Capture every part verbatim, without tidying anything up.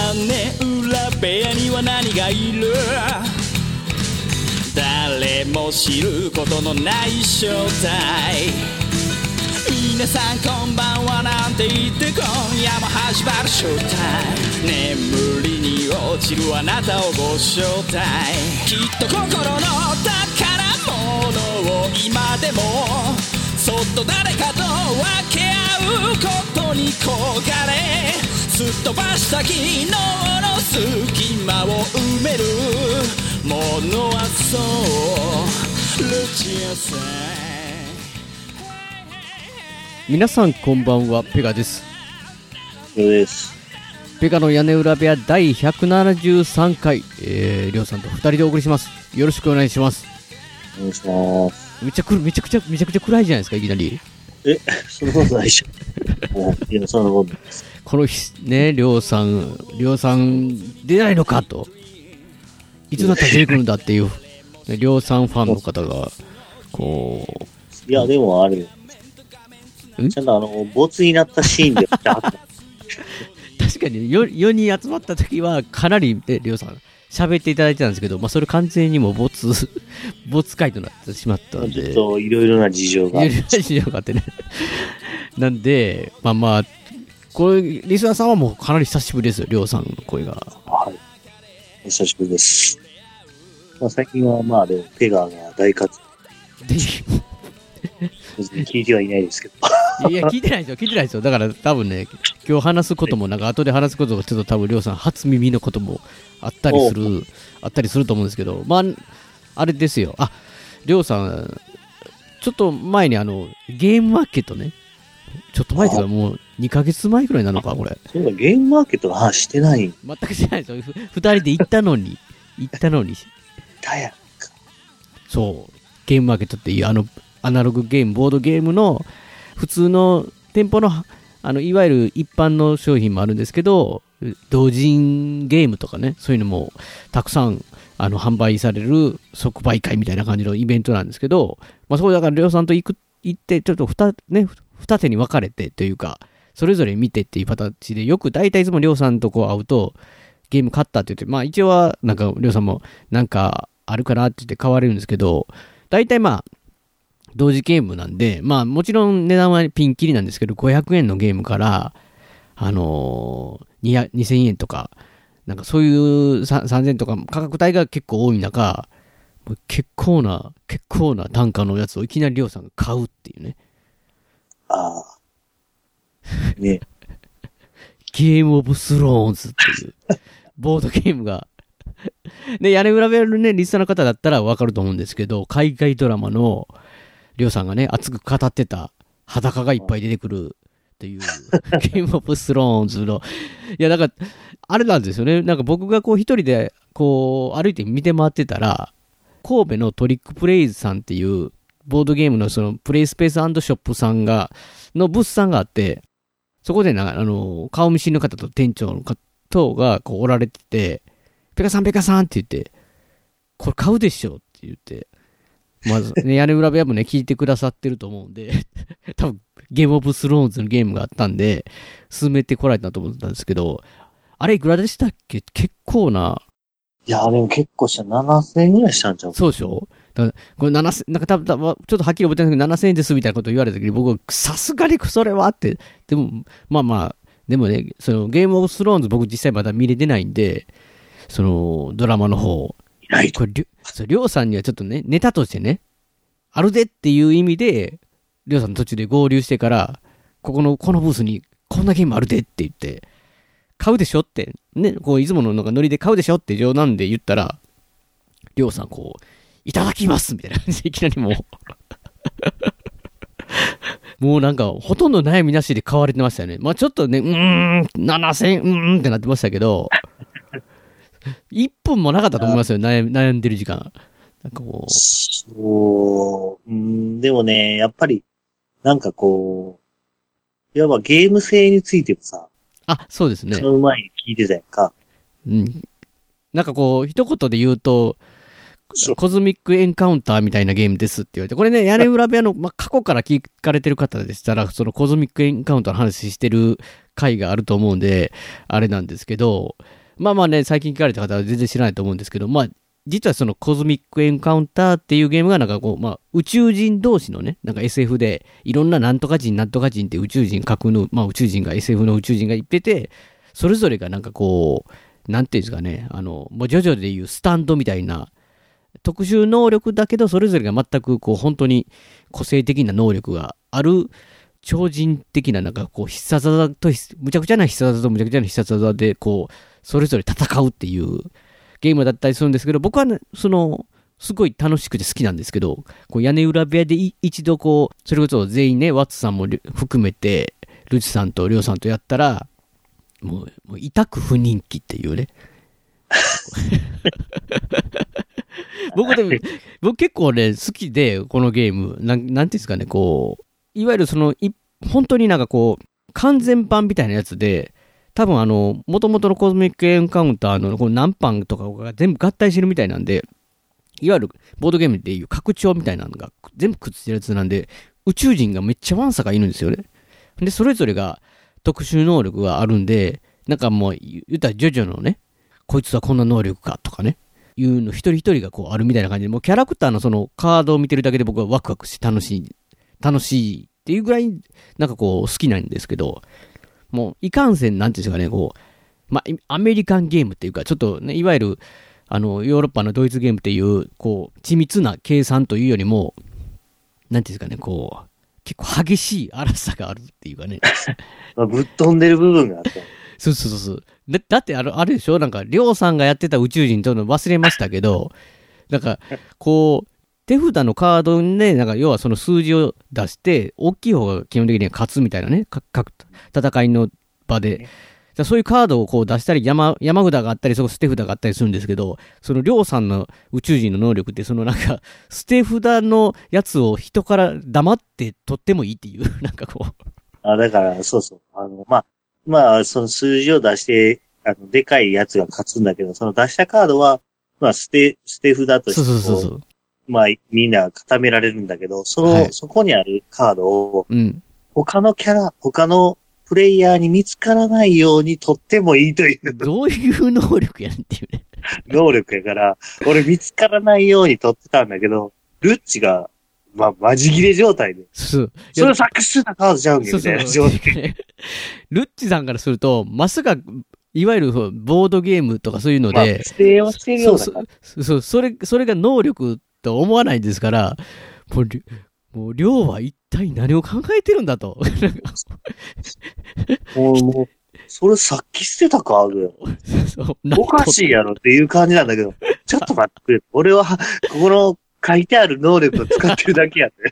屋根裏部屋には何がいる？誰も知ることのない正体。皆さんこんばんはなんて言って今夜も始まるショータイム。眠りに落ちるあなたをご招待。きっと心の宝物を今でもそっと誰かと分け合うことに焦がれ、すっ飛ばした昨日の隙間を埋めるものはそうルチアさん。 皆さんこんばんは、ペガです。 そうです。 ペガの屋根裏部屋だいひゃくななじゅうさんかい、えー、りょうさんとふたりでお送りします。よろしくお願いします。 お願いします。 めちゃくめちゃくちゃめちゃくちゃ暗いじゃないですか、いきなり。 え、そんなことないでしょ。いや、そんなことないです。 この日ね、りょうさんりょうさん出ないのかと、いつになったら出てくるんだっていうりょうさんファンの方がこう、いやでもあれちゃんとあの没になったシーンで確かに よ, よにん集まった時はかなりりょうさん喋っていただいてたんですけど、まあ、それ完全にも没没回となってしまったんで、 ちょっといろいろな事情がいろいろな事情があってねなんでまあまあこれリスナーさんはもうかなり久しぶりですよ、りょうさんの声が。 はい、お久しぶりです。まあ、最近はまあでもペガが大活躍で聞いてはいないですけどいや聞いてないですよ聞いてないですよ。だから多分ね、今日話すこともなんか後で話すことがちょっと多分りょうさん初耳のこともあったりするあったりすると思うんですけど、まああれですよ。あ、りょうさんちょっと前にあのゲームマーケットね、ちょっと前というかもうにかげつまえくらいなのかこれ。 そうだ、ゲームマーケットの話してない。 全くしてないですよ。ふたりで行ったのに行ったのにだやんか。 そうゲームマーケットっていうあのアナログゲームボードゲームの普通の店舗のあのいわゆる一般の商品もあるんですけど、同人ゲームとかね、そういうのもたくさんあの販売される即売会みたいな感じのイベントなんですけど、まあ、そこだからりょうさんと行く行ってちょっと二、ね、二手に分かれてというかそれぞれ見てっていう形で、よく大体いつもりょうさんとこう会うとゲーム買ったって言って、まあ一応はなんかりょうさんもなんかあるかなって言って買われるんですけど、大体まあ同時ゲームなんで、まあもちろん値段はピンキリなんですけど、ごひゃくえんのゲームからあのー、にせんえんとかなんかそういうさんぜんえんとか価格帯が結構多い中、結構な結構な単価のやつをいきなりりょうさんが買うっていうね。 ああねゲームオブスローンズっていうボードゲームがね、屋根裏部屋のねリスナーの方だったら分かると思うんですけど、海外ドラマのりょうさんがね熱く語ってた裸がいっぱい出てくるっていうゲームオブスローンズの、いやだからあれなんですよね。なんか僕がこう一人でこう歩いて見て回ってたら、神戸のトリックプレイズさんっていうボードゲームのそのプレイスペース&ショップさんがのブースさんがあって、そこでなあの顔見知りの方と店長の方がこうおられてて、ペカさんペカさんって言って、これ買うでしょって言って、まずね、屋根裏部屋もね、聞いてくださってると思うんで、多分ゲームオブスローンズのゲームがあったんで、進めてこられたと思ったんですけど、あれいくらでしたっけ？結構な。 いや、でも結構したななせんえんぐらいしたんちゃう？ そうでしょ？だからこれななせん、なんか多分、ちょっとはっきり覚えてないけど、ななせんえんですみたいなこと言われた時に、僕はさすがにそれはって、でも、まあまあ、でもね、そのゲームオブスローンズ僕実際まだ見れてないんで、そのドラマの方、これりょうさんにはちょっとねネタとしてねあるでっていう意味で、りょうさんの途中で合流してからここのこのブースにこんなゲームあるでって言って買うでしょってね、こういつものなんかノリで買うでしょって冗談で言ったら、りょうさんこういただきますみたいな感じでいきなりもうもうなんかほとんど悩みなしで買われてましたよね。まあちょっとね、うーんななせんえんうーんってなってましたけどいっぷんもなかったと思いますよ、悩, 悩んでる時間。なんかこう。 そう、うん、でもね、やっぱり、なんかこう、いわばゲーム性についてもさ、 あ、そうですね。 その前に聞いてたやんか。 うん。なんかこう、一言で言うと、コズミックエンカウンターみたいなゲームですって言われて、これね、屋根裏部屋の、まあ、過去から聞かれてる方でしたら、そのコズミックエンカウンターの話してる回があると思うんで、あれなんですけど、 まあまあね、最近聞かれた方は全然知らないと思うんですけど、まあ、実はそのコズミックエンカウンターっていうゲームがなんかこう、まあ宇宙人同士のね、なんか エスエフ でいろんななんとか人なんとか人って宇宙人架空の、まあ宇宙人が エスエフ の宇宙人がいってて、それぞれがなんかこう、なんていうんですかね、あの、もうジョジョでいうスタンドみたいな特殊能力だけど、それぞれが全くこう本当に個性的な能力がある超人的ななんかこう必殺技と、むちゃくちゃな必殺技とむちゃくちゃな必殺技でこう、それぞれ戦うっていうゲームだったりするんですけど、僕はね、その、すごい楽しくて好きなんですけど、こう屋根裏部屋で一度こう、それこそ全員ね、ワッツさんも含めて、ルチさんとリョウさんとやったら、もう、もう痛く不人気っていうね。僕でも、僕結構ね、好きで、このゲーム、なん、なんていうんですかね、こう、いわゆるその、い本当になんかこう、完全版みたいなやつで、多分あの、元々のコズミックエンカウンターのこの何版とかが全部合体してるみたいなんで、いわゆるボードゲームでいう拡張みたいなのが全部くっついてるやつなんで、宇宙人がめっちゃワンサがいるんですよね。で、それぞれが特殊能力があるんで、なんかもう、言ったらジョジョのね、こいつはこんな能力かとかね、いうの一人一人がこうあるみたいな感じで、もうキャラクターのそのカードを見てるだけで僕はワクワクして楽しい、楽しいっていうぐらい、なんかこう好きなんですけど、もういかんせんなんていうんですかね、こう、まあ、アメリカンゲームっていうか、ちょっとね、いわゆる、あの、ヨーロッパのドイツゲームっていう、こう、緻密な計算というよりも、なんていうんですかね、こう、結構激しい荒さがあるっていうかね。 まあぶっ飛んでる部分があった。 そうそうそうそう。だ, だってあの、あれでしょなんか、りょうさんがやってた宇宙人との忘れましたけど、なんか、こう、手札のカードにね、なんか、要はその数字を出して、大きい方が基本的には勝つみたいなね、かか戦いの場で。そういうカードをこう出したり、山、山札があったり、そこ捨て札があったりするんですけど、そのりょうさんの宇宙人の能力って、そのなんか、捨て札のやつを人から黙って取ってもいいっていう、なんかこう。 あ、だから、そうそう。あの、まあ、まあ、その数字を出して、あの、でかいやつが勝つんだけど、その出したカードは、まあ、捨て、捨て札として、 そうそうそうそう。 まあ、みんな固められるんだけど、その、はい、そこにあるカードを、うん、他のキャラ、他のプレイヤーに見つからないように取ってもいいという。 どういう能力やんっていうね。 能力やから、俺見つからないように取ってたんだけど、ルッチが、まあ、マジ切れ状態で。そう。それ作詞したカードちゃうんけど、みたいな状態。 ルッチさんからすると、まさか、いわゆるボードゲームとかそういうので、まあ、 指定をしてるような。そうそう、そう、それ、それが能力と思わないんですから、もう、もう、りょうは一体何を考えてるんだと。 もう、もう、それさっき捨てたカードよ。おかしいやろっていう感じなんだけど、ちょっと待ってくれ。俺は、ここの書いてある能力を使ってるだけやで。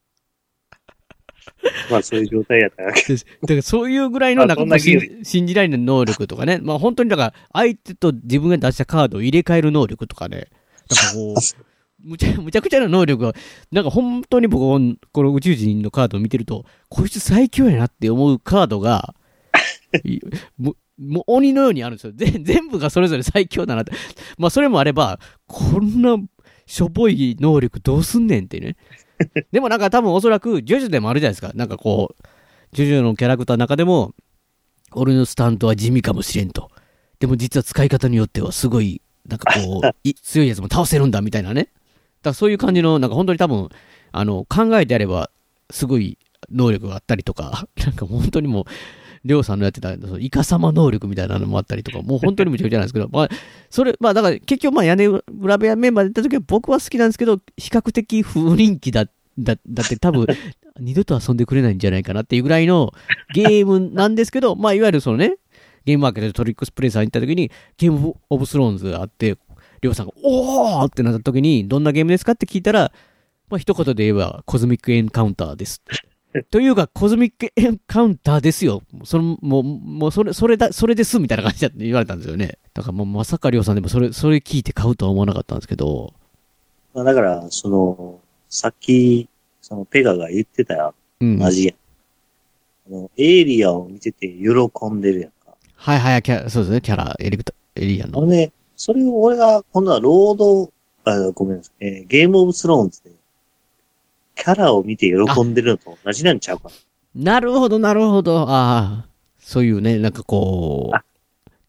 まあそういう状態やったわけ。 だからそういうぐらいのなんか信じられない能力とかね。まあ本当にだから相手と自分が出したカードを入れ替える能力とかね。なんかこう、むちゃむちゃくちゃな能力が、なんか本当に僕この宇宙人のカードを見てると、こいつ最強やなって思うカードが、も, もう鬼のようにあるんですよ。全部がそれぞれ最強だなって。まあそれもあれば、こんなしょぼい能力どうすんねんってね。でもなんか多分おそらくジョジョでもあるじゃないですか。なんかこう、ジョジョのキャラクターの中でも、俺のスタントは地味かもしれんと。でも実は使い方によってはすごい、なんかこう、強いやつも倒せるんだみたいなね。だからそういう感じの、なんか本当に多分、あの、考えてあれば、すごい能力があったりとか、なんか本当にもう、りょうさんのやってた、イカ様能力みたいなのもあったりとか、もう本当にむちゃくちゃなんですけど、まあ、それ、まあだから結局まあ屋根裏部屋メンバーで行った時は僕は好きなんですけど、比較的不人気だ、だ、だって多分、二度と遊んでくれないんじゃないかなっていうぐらいのゲームなんですけど、まあいわゆるそのね、ゲームマーケットでトリックスプレイさんに行った時に、ゲームオブスローンズがあって、りょうさんが、おーってなった時に、どんなゲームですかって聞いたら、まあ一言で言えば、コズミックエンカウンターですって。というか、コズミックエンカウンターですよ。その、もう、もう、それ、それだ、それですみたいな感じだって言われたんですよね。だからもう、まさかりょうさんでもそれ、それ聞いて買うとは思わなかったんですけど。 まあだから、その、さっき、そのペガが言ってたやん。マジや。あの、エイリアンを見てて喜んでるやんか。 はいはい、キャそうですね、キャラ、エリクタ、エリアンの。 あのね、それを俺が、今度はロード、あ、ごめんなさい、えー、ゲームオブスローンズで、キャラを見て喜んでるのと同じなんちゃうかな。 なるほど、なるほど。ああ、そういうね、なんかこう、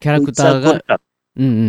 キャラクターが、うんうんうんうん。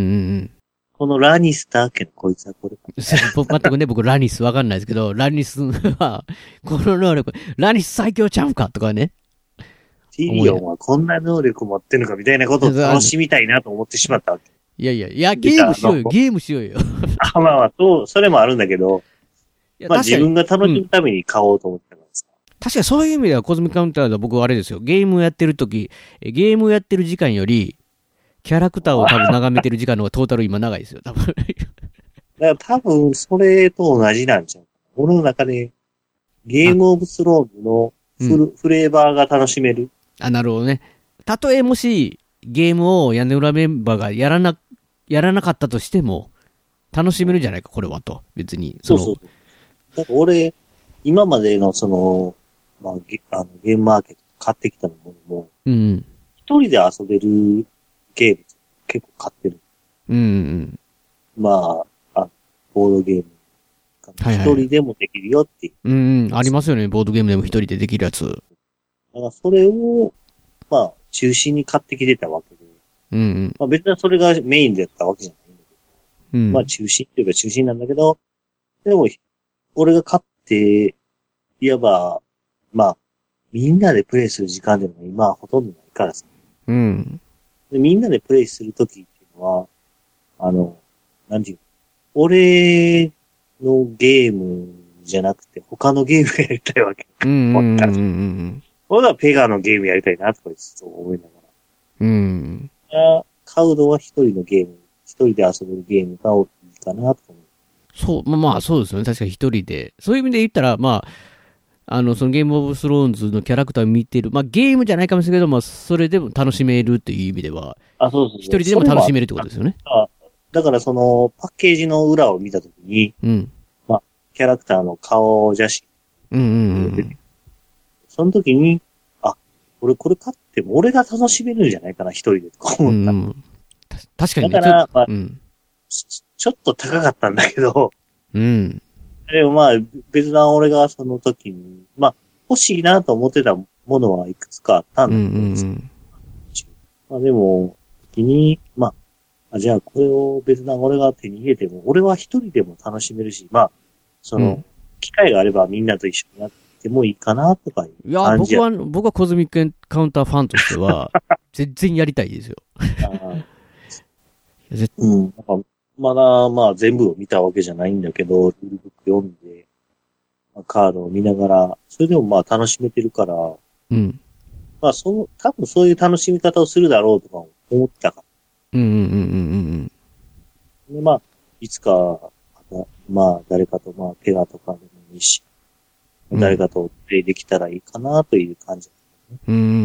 このラニスター家のこいつはこれか。 全くね、僕ラニスわかんないですけど、ラニスは、この能力、ラニス最強ちゃうかとかね。 ティリオンはこんな能力持ってるのかみたいなことを楽しみたいなと思ってしまったわけ。 いやいや、いや、ゲームしようよ、ゲームしようよ。 あ、まあまあ、そう、それもあるんだけど、まあ自分が楽しむために買おうと思ってたからさ、うん。確かにそういう意味ではコズミカウンターでは僕はあれですよ、ゲームをやってるとき、ゲームをやってる時間より、キャラクターを多分眺めてる時間の方がトータル今長いですよ、多分。だから多分それと同じなんちゃう。俺の中でゲームオブスローンのフ, ル、うん、フレーバーが楽しめる。 あ、なるほどね。たとえもしゲームを屋根裏メンバーがやらな、やらなかったとしても楽しめるんじゃないか、これはと。別に。 そのそうそう。だから俺、今までのその、まあ、ゲ, あのゲームマーケット買ってきたものも、うん、一人で遊べるゲーム結構買ってる。 うんうん。 まあ、あ、ボードゲーム。一人でもできるよっていう。 うんうん。ありますよね。ボードゲームでも一人でできるやつ。だからそれを、まあ、中心に買ってきてたわけで。 うんうん。 まあ別にそれがメインだったわけじゃないんだけど。うん。まあ中心っていうか中心なんだけど、でも、俺が買って、いわば、まあ、みんなでプレイする時間でも今はほとんどないからさ。 うん。 でみんなでプレイするときっていうのは、あの、なんていう、俺のゲームじゃなくて他のゲームやりたいわけ。 うんうんうんうんうん。 俺はペガのゲームやりたいなとか思いながら。 うん。 買うのは一人のゲーム、一人で遊べるゲームがいいかなと思う。 そう、まあまあそうですよね。確かに一人で。そういう意味で言ったら、まあ、あの、そのゲームオブスローンズのキャラクターを見てる。まあゲームじゃないかもしれないけど、まあそれでも楽しめるっていう意味では。 あ、そうそうそう。 一人でも楽しめるってことですよね。 あ、だからそのパッケージの裏を見たときに、 うん。 まあ、キャラクターの顔写真。 うんうんうん。 その時に、あ、俺これ買っても俺が楽しめるんじゃないかな、一人でとか思った。うん、 確かにね。 だから、まあ、 うん、 ちょっと高かったんだけど、 うん。 でもまあ、別段俺がその時に、まあ、欲しいなと思ってたものはいくつかあったんだけど、うんうんうん、まあでも、時に、まあ、じゃあこれを別段俺が手に入れても、俺は一人でも楽しめるし、まあ、その、うん、機会があればみんなと一緒にやってもいいかなとかいういや、僕は、僕はコズミックカウンターファンとしては、全然やりたいですよ。 あうん。なんかまだ、まあ全部を見たわけじゃないんだけど、ルールブック読んで、カードを見ながら、それでもまあ楽しめてるから、 うん。 まあその、多分そういう楽しみ方をするだろうとか思ったから。 うんうんうんうんうん。で、まあ、いつか、まあ誰かと、まあペガとかでもいいし、うん、誰かとプレイできたらいいかなという感じ、 ね。うんうんうん。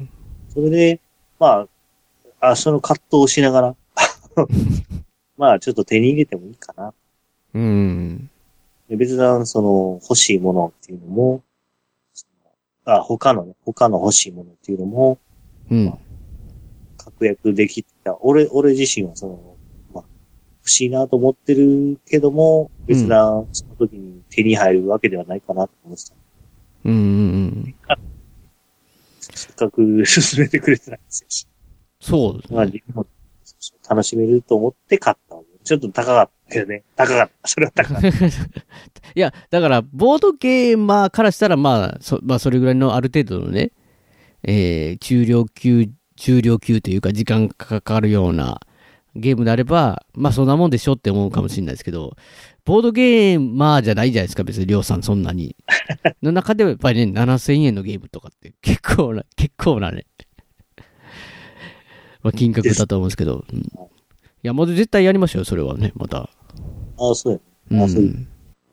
それで、まあ、あ、その葛藤をしながら、まあちょっと手に入れてもいいかな。 うん。 で別段その欲しいものっていうのも、あ、他のね、他の欲しいものっていうのも、 うん。まあ、 確約できた。俺、俺自身はその、まあ、欲しいなと思ってるけども、別段その時に手に入るわけではないかなと思ってた。 うんうんうん。 せっかく進めてくれてたんですよ。 そうですね。 まあ自分も楽しめると思って買った。ちょっと高かったよね。高かった。それは高かった。いや、だから、ボードゲーマーからしたら、まあ、そ、まあ、それぐらいのある程度のね、えー、中量級、中量級というか、時間かかるようなゲームであれば、まあ、そんなもんでしょって思うかもしれないですけど、ボードゲーマーじゃないじゃないですか、別に、りょうさん、そんなに。の中ではやっぱりね、ななせんえんのゲームとかって結構な、結構なね、まあ、金額だと思うんですけど、うん、いや、もう絶対やりましょうよ、それはね、また。 ああ、そうや、ね。ああ、そういう。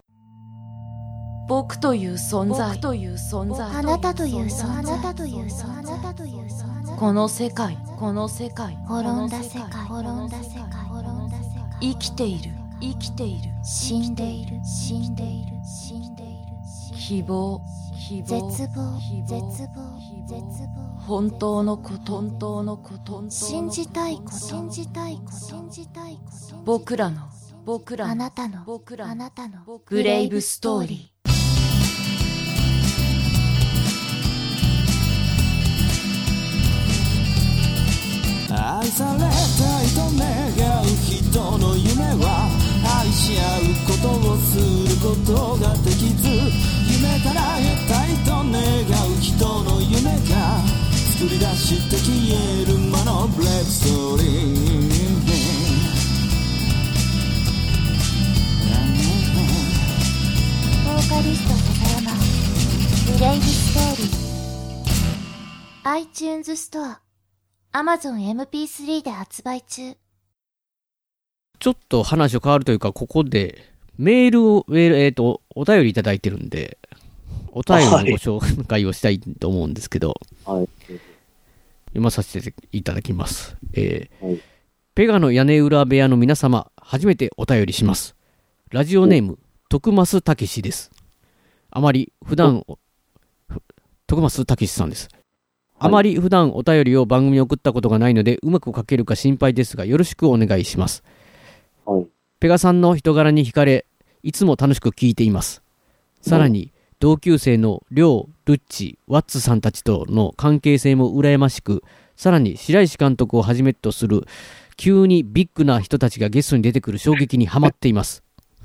僕という存在、僕という存在、 あなたという存在、あなたという存在、あなたという存在、 この世界、この世界、 滅んだ世界、滅んだ世界、滅んだ世界、 生きている、生きている、 死んでいる、死んでいる、死んでいる、 希望、希望、 絶望、絶望、絶望、 本当のこと、本当のこと、 信じたいこと、信じたいこと、信じたいこと、 僕らの、僕らの、 あなたの、 僕らの、 あなたの、 グレイブストーリー。 あ愛されたいと願う人の夢は愛し合うことをすることができず、夢叶えたいと願う人の夢が作り出して消える魔のブレイクストーリー。 ボーカリスト笹山ブレイブストーリー iTunes ストア Amazon エムピースリー で発売中。 ちょっと話を変わるというか、ここでメールを、メール、えっと、お便りいただいてるんで、お便りのご紹介をしたいと思うんですけど、 はい。 読まさせていただきます。えーはい、 ペガの屋根裏部屋の皆様、初めてお便りします。ラジオネーム、徳増たけしです。あまり普段、徳増たけしさんです。あまり普段お便りを番組に送ったことがないので、うまく書けるか心配ですが、よろしくお願いします。 はい、 ペガさんの人柄に惹かれ、いつも楽しく聞いています。さらに、同級生のりょう、ルッチ、ワッツさんたちとの関係性も羨ましく、さらに白石監督をはじめとする、急にビッグな人たちがゲストに出てくる衝撃にハマっています。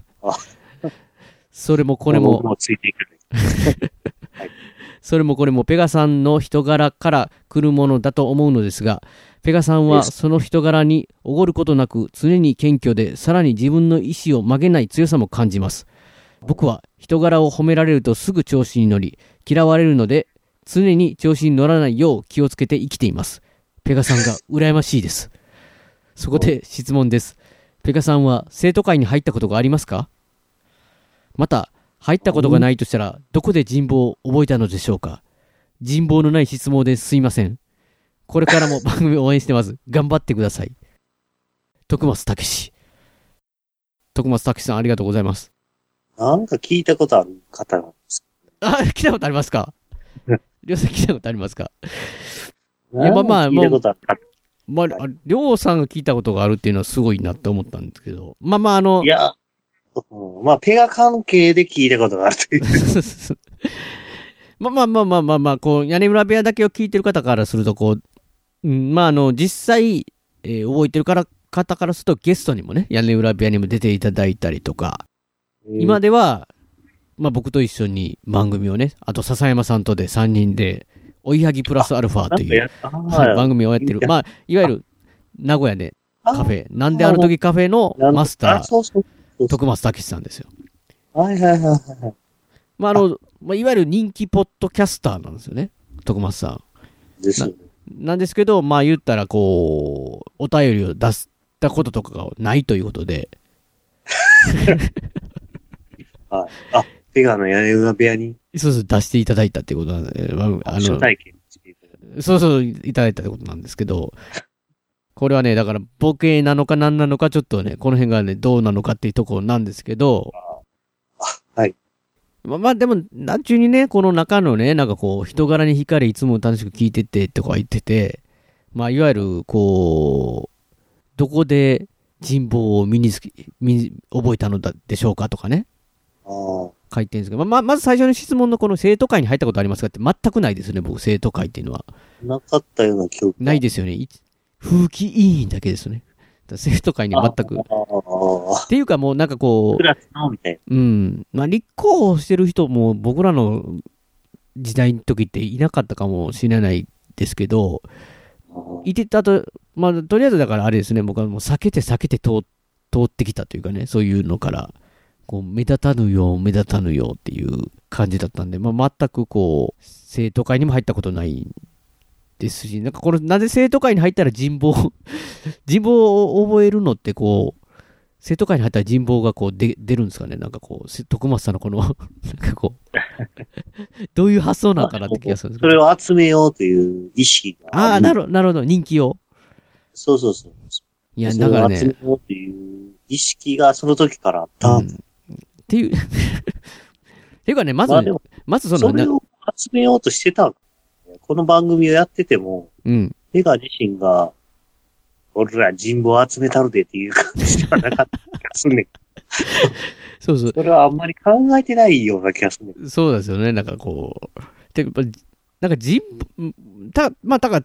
それもこれも、 もついていくはい、 それもこれもペガさんの人柄から来るものだと思うのですが、ペガさんはその人柄におごることなく常に謙虚で、さらに自分の意志を曲げない強さも感じます。僕は人柄を褒められるとすぐ調子に乗り、嫌われるので常に調子に乗らないよう気をつけて生きています。ペガさんが羨ましいです。そこで質問です。ペガさんは生徒会に入ったことがありますか？また、入ったことがないとしたら、どこで人望を覚えたのでしょうか？人望のない質問ですいません。これからも番組を応援してます。頑張ってください。徳松たけし。徳松たけしさん、ありがとうございます。 なんか聞いたことある方なんですか？あ、聞いたことありますか？りょうさん聞いたことありますか？ いや、まあまあ、聞いたことある。 まあ、りょうさんが聞いたことがあるっていうのはすごいなって思ったんですけど。まあまあ、あの。 いや、まあ、ペガ関係で聞いたことがあるという。 まあまあまあまあまあまあ、こう、屋根裏部屋だけを聞いてる方からすると、こう、うん、まああの、実際、えー、覚えてるから方からするとゲストにもね、屋根裏部屋にも出ていただいたりとか、うん、今では、まあ僕と一緒に番組をね、あと笹山さんとでさんにんで、追いはぎプラスアルファという、はい、番組をやってる。まあ、いわゆる、名古屋でカフェ、なんであの時カフェのマスター、徳松たけしさんですよ。 はいはいはいはい。 まああの、まあ、いわゆる人気ポッドキャスターなんですよね、徳松さん。 ですよね。 なんですけど、まあ言ったらこう、お便りを出したこととかがないということで。 はい。あ、ペガの屋根裏部屋にそうそう、出していただいたっていうことなんで、あの、 初体験していただいた。 そうそう、いただいたってことなんですけど、これはね、だからボケなのか何なのかちょっとね、この辺がね、どうなのかっていうところなんですけど、 あ、はい。 まあ、まあでも、単純にね、この中のね、なんかこう、人柄に惹かれいつも楽しく聞いててとか言ってて、まあいわゆる、こう、どこで人望を身につき、身に覚えたのだでしょうかとかね。 ああ。 書いてるんですけど、まあ、まず最初の質問のこの生徒会に入ったことありますかって全くないですね、僕、生徒会っていうのは。 なかったような記憶。 ないですよね。風紀委員だけですね。生徒会には全く。っていうかもうなんかこう、 クラスのみたいな。 うん。まあ立候補してる人も僕らの時代の時っていなかったかもしれないですけど、いてたと、まあとりあえずだからあれですね、僕はもう避けて避けて通ってきたというかね、そういうのから、こう目立たぬよう目立たぬようっていう感じだったんで、まあ全くこう、生徒会にも入ったことないですし、なんかこの、なぜ生徒会に入ったら人望、人望を覚えるのってこう、生徒会に入ったら人望がこうで出るんですかね、なんかこう、徳松さんのこの、なんかこう、どういう発想なのかなって気がするんですけど。 それを集めようという意識が。 ああ、なるほど、なるほど、人気を。 そうそうそう。 いや、だからね。 集めようという意識がその時からあった。うん、 っていう、っていうかね、まず、ね、ま, まずその、 それを集めようとしてた。この番組をやってても、 うん。 ペガ自身が、俺ら人望集めたるでっていう感じではなかった気がするね。 そうそう。 それはあんまり考えてないような気がするね。 そうですよね。なんかこう、てなんか人、た、まあ、だから、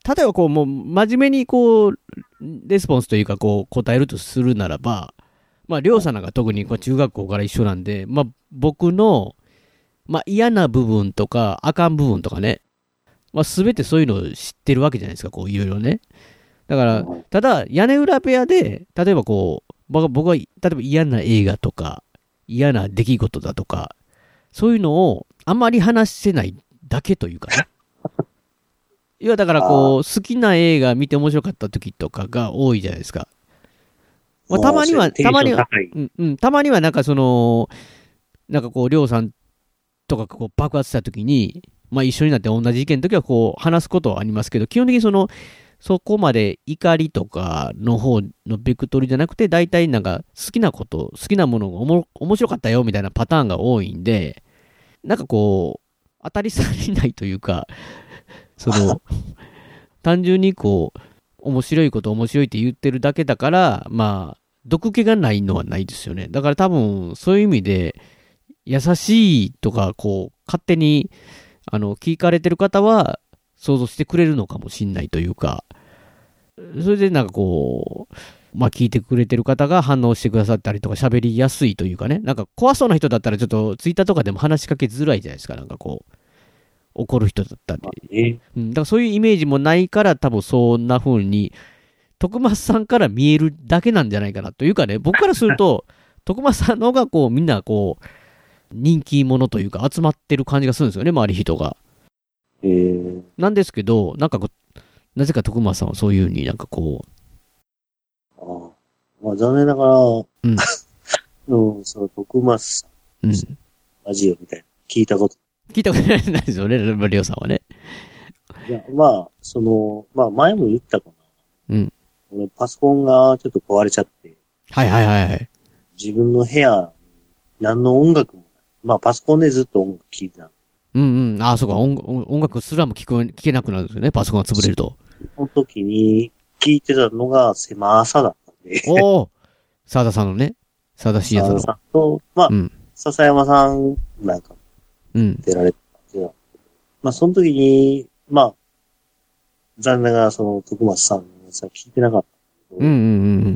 例えばこう、もう真面目にこう、レスポンスというかこう、答えるとするならば、まあ、りょうさんなんか特にこう中学校から一緒なんで、まあ、僕の、まあ、嫌な部分とか、あかん部分とかね、まあ、すべてそういうのを知ってるわけじゃないですか、こう、いろいろね。だから、ただ、屋根裏部屋で、例えばこう、僕は、例えば嫌な映画とか、嫌な出来事だとか、そういうのをあんまり話せないだけというかね。要はだからこう、好きな映画見て面白かった時とかが多いじゃないですか。まあ、たまには、たまには、うんうん、たまにはなんかその、なんかこう、りょうさんとかこう爆発した時に、まあ一緒になって同じ意見の時はこう、話すことはありますけど、基本的にその、そこまで怒りとかの方のベクトルじゃなくて、大体なんか好きなこと、好きなものがおも面白かったよみたいなパターンが多いんで、なんかこう、当たり障りないというか、その、単純にこう、面白いこと面白いって言ってるだけだから、まあ、毒気がないのはないですよね。だから多分、そういう意味で、優しいとか、こう、勝手に、あの、聞かれてる方は、想像してくれるのかもしんないというか、それでなんかこう、まあ聞いてくれてる方が反応してくださったりとか喋りやすいというかね、なんか怖そうな人だったらちょっとツイッターとかでも話しかけづらいじゃないですか、なんかこう、怒る人だったり。うん、だからそういうイメージもないから多分そんな風に、徳松さんから見えるだけなんじゃないかなというかね、僕からすると、徳松さんの方がこうみんなこう、人気者というか集まってる感じがするんですよね、周り人が。 えー、 なんですけど、なんかなぜか徳松さんはそういう風になんかこう。ああ。まあ残念ながら、うん。うん、その徳松さん。うん。ラジオみたいな。聞いたこと。 聞いたことないですよね、りょうさんはね。 いや、まあ、その、まあ前も言ったかな。 うん。 俺パソコンがちょっと壊れちゃって。 はいはいはいはい。 自分の部屋、何の音楽もない。まあパソコンでずっと音楽聴いてた。 うんうん。ああ、そうか音。音楽すらも聞こえ、聞けなくなるんですよね。パソコンが潰れると。 その時に聞いてたのが狭さだったんで。 おお沢田さんのね。沢田信也さんの。 沢田さんと、まあ、うん、笹山さんなんか、出られてたんですよ。うん、まあ、その時に、まあ、残念ながらその徳松さんのやつは聞いてなかった。 うんうんうん。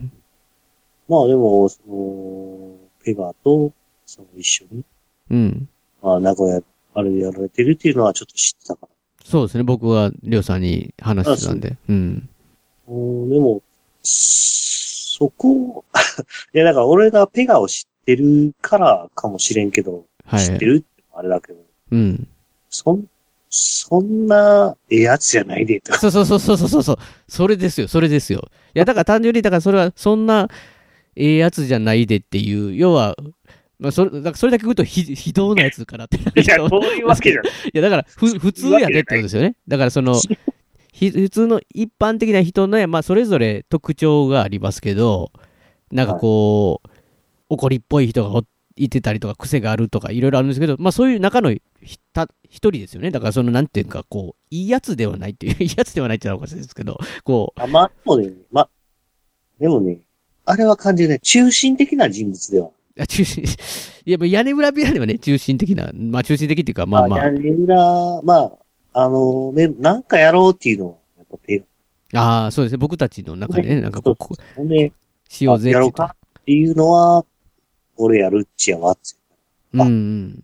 まあでも、その、ペガと、その一緒に、 うん。 まあ、名古屋、あれでやられてるっていうのはちょっと知ってたから。 そうですね。僕は、りょうさんに話してたんで。うん。 うん、でも、そこ、いや、だから俺がペガを知ってるからかもしれんけど、はい、知ってるってあれだけど。 うん。 そん、そんな、ええやつじゃないでと。 そうそうそうそうそうそう。それですよ、それですよ。いや、だから単純に、だからそれは、そんな、ええやつじゃないでっていう、要は、まあ、それ、だからそれだけ言うとひ、非道なやつからって。いや、そういうわけじゃない。いや、だから、ふ、普通やでってことですよね。だからその、ひ普通の一般的な人の、まあ、それぞれ特徴がありますけど、なんかこう、はい、怒りっぽい人がいてたりとか、癖があるとか、いろいろあるんですけど、まあ、そういう中の一人ですよね。だから、その、なんていうか、こう、いいやつではないっていう、いいやつではないっていうのはおかしいですけど、こう。 あ、まあ、そうね。まあ、でもね、あれは感じるね、中心的な人物では。 あ、中心、いや、屋根裏部屋ではね、中心的な、まあ、中心的っていうか、まあまあ。 屋根裏、まあ、あのね、なんかやろうっていうのは、やっぱペガ。ああ、そうですね。僕たちの中でね、なんかこう、 ほんで、 しようぜって。 やろうかっていうのは、俺やるっちやわっつうんうん。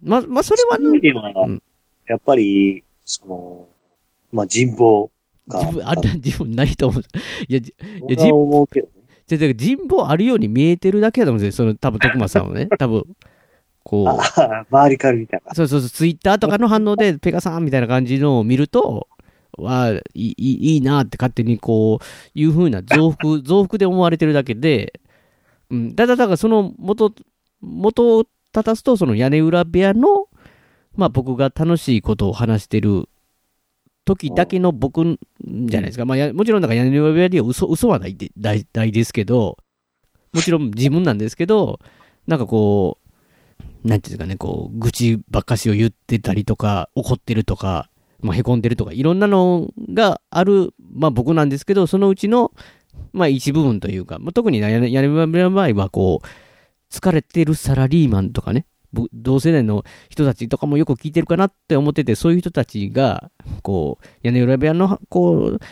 まあ、まあ、それはね。では、うん、やっぱり、その、まあ、人望が。 自分、あれ、自分ないと思う。いや、いや、人望思うけどね。 じゃ、人望あるように見えてるだけだと思うんですよ。その、多分、徳間さんはね。多分、こう。 周りから見たら。 そうそうそう、ツイッターとかの反応で、ペガさんみたいな感じのを見ると、は、いい、いいなって勝手にこう、いう風な増幅、増幅で思われてるだけで、うん。だだだからその元、元を立たすと、その屋根裏部屋の、まあ僕が楽しいことを話してる時だけの僕じゃないですか。まあもちろんなんか屋根裏部屋では嘘、嘘はないで、大、大ですけど、もちろん自分なんですけど、なんかこう、なんていうんですかね、こう、愚痴ばっかしを言ってたりとか、怒ってるとか、まあ、へこんでるとか、いろんなのがある、まあ僕なんですけど、そのうちの、まあ一部分というか、まあ、特に屋根裏部屋の場合は、こう、疲れてるサラリーマンとかね、同世代の人たちとかもよく聞いてるかなって思ってて、そういう人たちが、こう、屋根裏部屋の、こう、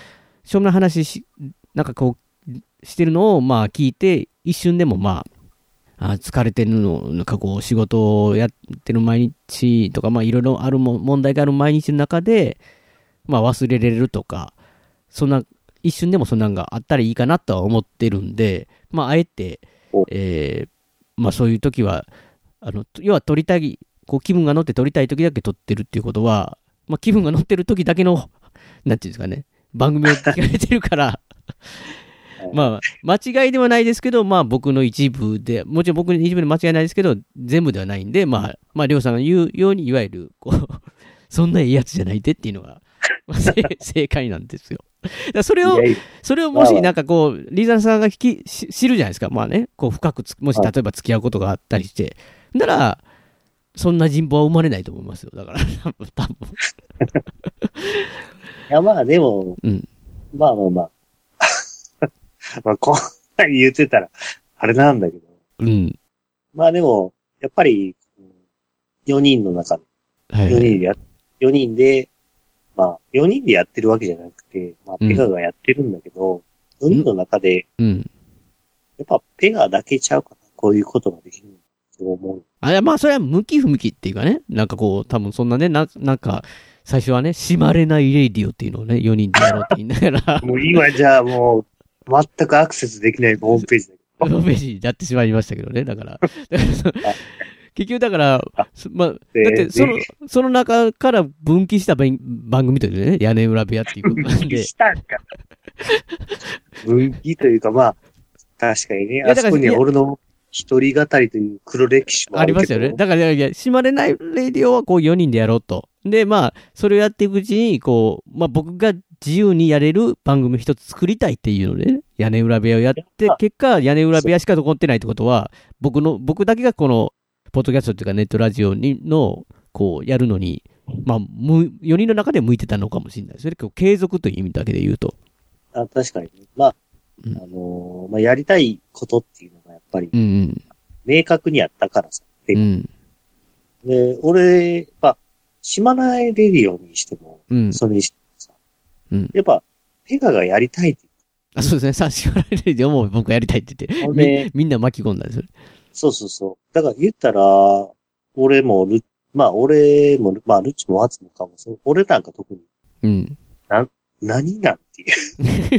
しょうもない話し、なんかこう、してるのを、まあ聞いて、一瞬でもまあ、あ疲れてるの、なんかこう、仕事をやってる毎日とか、まあいろいろあるも、問題がある毎日の中で、まあ忘れれるとか、そんな、一瞬でもそんなんがあったらいいかなとは思ってるんで、まああえて、えー、まあそういう時は、あの、要は撮りたい、こう気分が乗って撮りたい時だけ撮ってるっていうことは、まあ気分が乗ってる時だけの、なんていうんですかね、番組を聞かれてるから、まあ間違いではないですけど、まあ僕の一部で、もちろん僕の一部で間違いないですけど、全部ではないんで、まあ、まありょうさんが言うように、いわゆる、こう、そんないいやつじゃないでっていうのが、まあ、正解なんですよ。だそれを、それをもしなんかこう、リーザーさんが聞き、知るじゃないですか。まあね、こう深くつ、もし例えば付き合うことがあったりして、なら、そんな人望は生まれないと思いますよ。だから、多分。 いや、まあでも、 うん、まあまあまあ。まあ、こんなに言ってたら、あれなんだけど。 うん。 まあでも、やっぱり、よにんの中で、 はいはい、 よにんでや、よにんで、まあ、よにんでやってるわけじゃなくて、まあ、ペガがやってるんだけど、うん、よにんの中で、 うん。 やっぱ、ペガだけちゃうかな、こういうことができると思う。 あ、いや、まあ、それは向き不向きっていうかね、なんかこう、多分そんなね、な、なんか、最初はね、締まれないレイディオっていうのをね、よにんでやろうって言いながら。 もう今じゃあもう、全くアクセスできないホームページだけど。 ホームページになってしまいましたけどね、だから。結局だから、まあ、だってその、その中から分岐した番組というね、屋根裏部屋っていうことなんで。 分岐したんか。分岐というか、まあ、確かにね、あそこに俺の一人語りという黒歴史もあるけど。 ありますよね。だから、いや、締まれないレディオはこうよにんでやろうと。で、まあ、それをやっていくうちに、こう、まあ僕が自由にやれる番組一つ作りたいっていうので、ね、屋根裏部屋をやって、結果、屋根裏部屋しか残ってないってことは、僕の、僕だけがこの、ポッドキャストっていうかネットラジオにの、こう、やるのに、まあ、よにんの中で向いてたのかもしれない。それ結構継続という意味だけで言うと。 あ、確かに。まあ、うん、あのー、まあ、やりたいことっていうのがやっぱり、 うんうん、 明確にあったからさ。 うん、 で、俺、まあ、島内レディオにしても、 うん、 それにしてもさ、 うん、 やっぱ、ペガがやりたいって言って。 あ、そうですね。さ、島内レディオも僕やりたいって言って、み、みんな巻き込んだんですよ。 そうそうそう。だから言ったら、俺もル、まあ俺も、まあルッチもワツもかもそう、俺なんか特に。 うん。 な、何なんていう。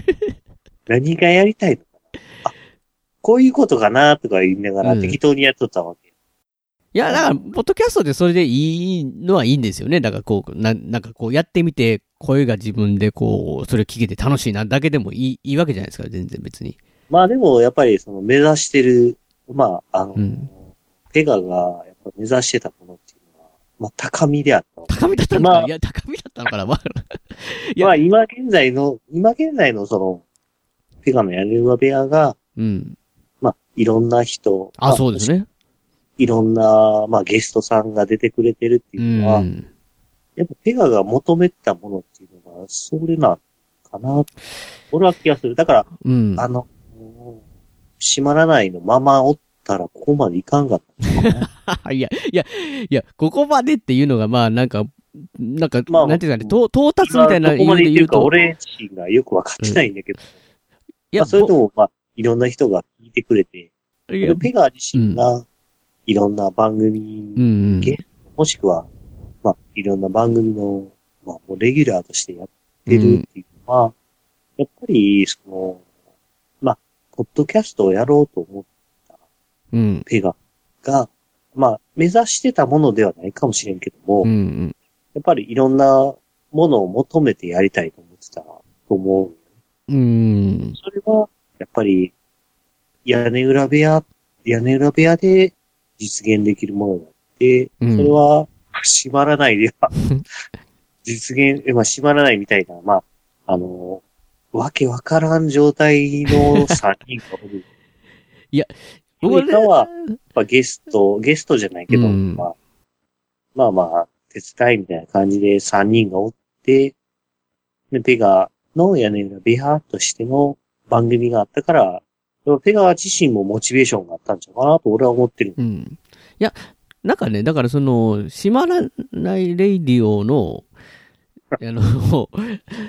何がやりたいのかな。あ、こういうことかなとか言いながら適当にやっとったわけ。 うん、いや、だから、ポッドキャストでそれでいいのはいいんですよね。だからこう、な、なんかこうやってみて、声が自分でこう、それ聞けて楽しいなだけでもいい、いいわけじゃないですか、全然別に。 まあでも、やっぱりその目指してる、まあ、あの、うん、ペガがやっぱ目指してたものっていうのは、まあ高みであった。 高みだったのかな、まあ、いや、高みだったのかなまあ、 いやまあ今現在の、今現在のその、ペガの屋根裏部屋が、 うん。 まあいろんな人。 あ、そうですね。 いろんな、まあゲストさんが出てくれてるっていうのは、うん、やっぱペガが求めてたものっていうのが、それなのかな。俺は気がする。だから、 うん、 あの、閉まらないのままおったらここまでいかんかったいや、いや、いや、ここまでっていうのが、まあなんか、なんか、まあ、なんていうかね、到達みたいな意味で言うと。俺自身がよくわかってないんだけど。うん、いや、まあ、それとも、まあ、いろんな人が聞いてくれて、いやペガ自身が、いろんな番組、うん、もしくは、まあ、いろんな番組の、まあ、もうレギュラーとしてやってるっていうのは、うん、やっぱり、その、ポッドキャストをやろうと思ったペガが、うん、まあ、目指してたものではないかもしれんけども、 うんうん、 やっぱりいろんなものを求めてやりたいと思ってたと思う。うん。 それは、やっぱり、屋根裏部屋、屋根裏部屋で実現できるものがあって、うん、それは、閉まらないでは、実現、まあ、閉まらないみたいな、まあ、あの、わけわからん状態のさんにんがおる。 いや、 僕は、やっぱゲスト、ゲストじゃないけど、うん、まあ、まあまあ、手伝いみたいな感じでさんにんがおって、で、ペガの屋根裏部屋としての番組があったから、ペガ自身もモチベーションがあったんじゃないかなと俺は思ってる。 うん。いや、なんかね、だからその、閉まらないレイディオの、あの、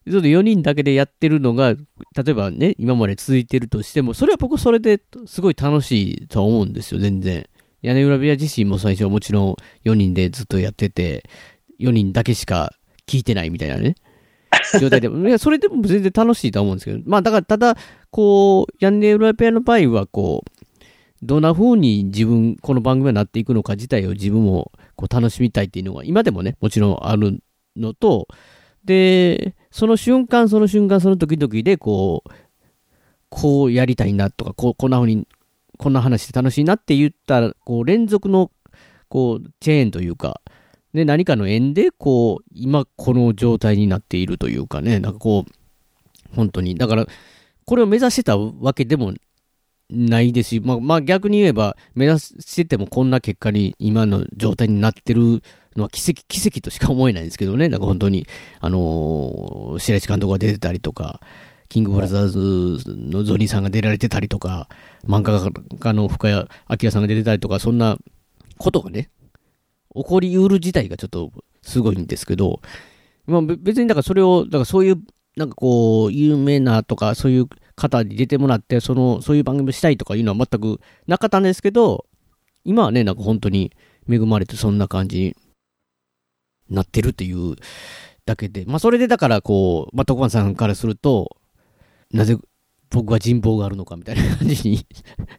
ちょっとよにんだけでやってるのが、例えばね、今まで続いてるとしても、それは僕それですごい楽しいと思うんですよ、全然。屋根裏部屋自身も最初はもちろんよにんでずっとやってて、よにんだけしか聞いてないみたいなね、状態で。いや、それでも全然楽しいと思うんですけど、まあだからただ、こう、屋根裏部屋の場合は、こう、どんな風に自分、この番組がなっていくのか自体を自分もこう楽しみたいっていうのが今でもね、もちろんあるのと、で、その瞬間その瞬間その時々でこう、こうやりたいなとか、こう、こんな風に、こんな話で楽しいなって言ったら、こう連続のこうチェーンというか、で、何かの縁でこう、今この状態になっているというかね、なんかこう、本当に、だから、これを目指してたわけでもないですし、まあ、まあ逆に言えば、目指しててもこんな結果に今の状態になってるのは奇跡、奇跡としか思えないんですけどね。なんか本当に、あのー、白石監督が出てたりとか、キングブラザーズのゾニーさんが出られてたりとか、漫画家の深谷明さんが出てたりとか、そんなことがね、起こりうる自体がちょっとすごいんですけど、まあ別にだからそれを、だからそういう、なんかこう、有名なとか、そういう方に出てもらって、その、そういう番組をしたいとかいうのは全くなかったんですけど、今はね、なんか本当に恵まれてそんな感じになってるっていうだけで、まあそれでだからこう、まあ徳松さんからすると、なぜ僕は人望があるのかみたいな感じに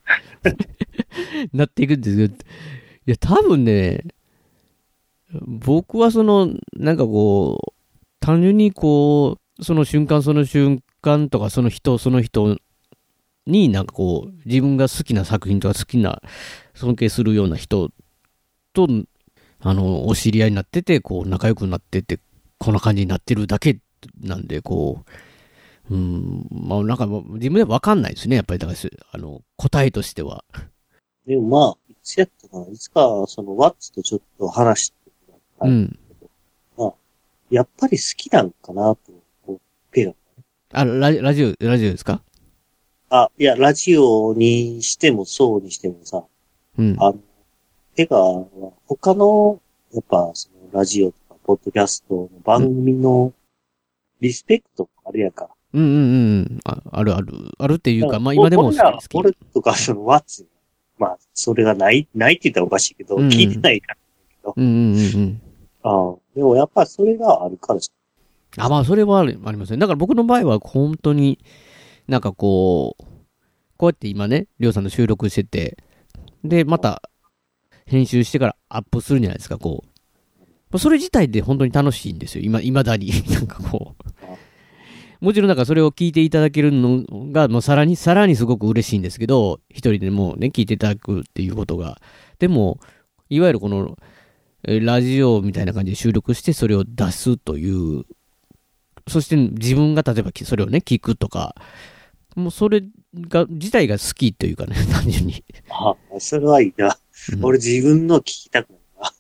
なっていくんですけど、いや多分ね、僕はその、なんかこう、単純にこう、その瞬間その瞬間とかその人その人になんかこう自分が好きな作品とか好きな尊敬するような人とあのお知り合いになっててこう仲良くなっててこんな感じになってるだけなんでこううんまあなんか自分では分かんないですねやっぱりだからあの答えとしては。 でもまあいつやったかないつかそのワッツとちょっと話してたんですけど、うん、まあやっぱり好きなんかなと。ペガ。 あ、ラジ、ラジオ、ラジオですか？ あ、いや、ラジオにしてもそうにしてもさ、うん。あの、ペガは他の、やっぱそのラジオとか、ポッドキャストの番組のリスペクトあるやんか。 うんうんうん。あ、あるある。あるっていうか、まあ今でも好きですけど。 俺とかそのワッツ、まあ、それがない、ないって言ったらおかしいけど、うんうん、聞いてないからけど。 うんうんうんうん。 ああ、でもやっぱそれがあるからじゃん。 あ、まあ、それはありますね。だから僕の場合は本当になんかこう、こうやって今ね、りょうさんと収録してて、で、また編集してからアップするんじゃないですか、こう。それ自体で本当に楽しいんですよ、今、未だに。なんかこう。もちろんなんかそれを聞いていただけるのが、もうさらに、さらにすごく嬉しいんですけど、一人でもね、聞いていただくっていうことが。でも、いわゆるこの、ラジオみたいな感じで収録してそれを出すという、そして自分が例えばそれをね、聞くとか、もうそれが、自体が好きというかね、単純に。 ああ、それはいいな。うん、俺自分の聞きたくないな。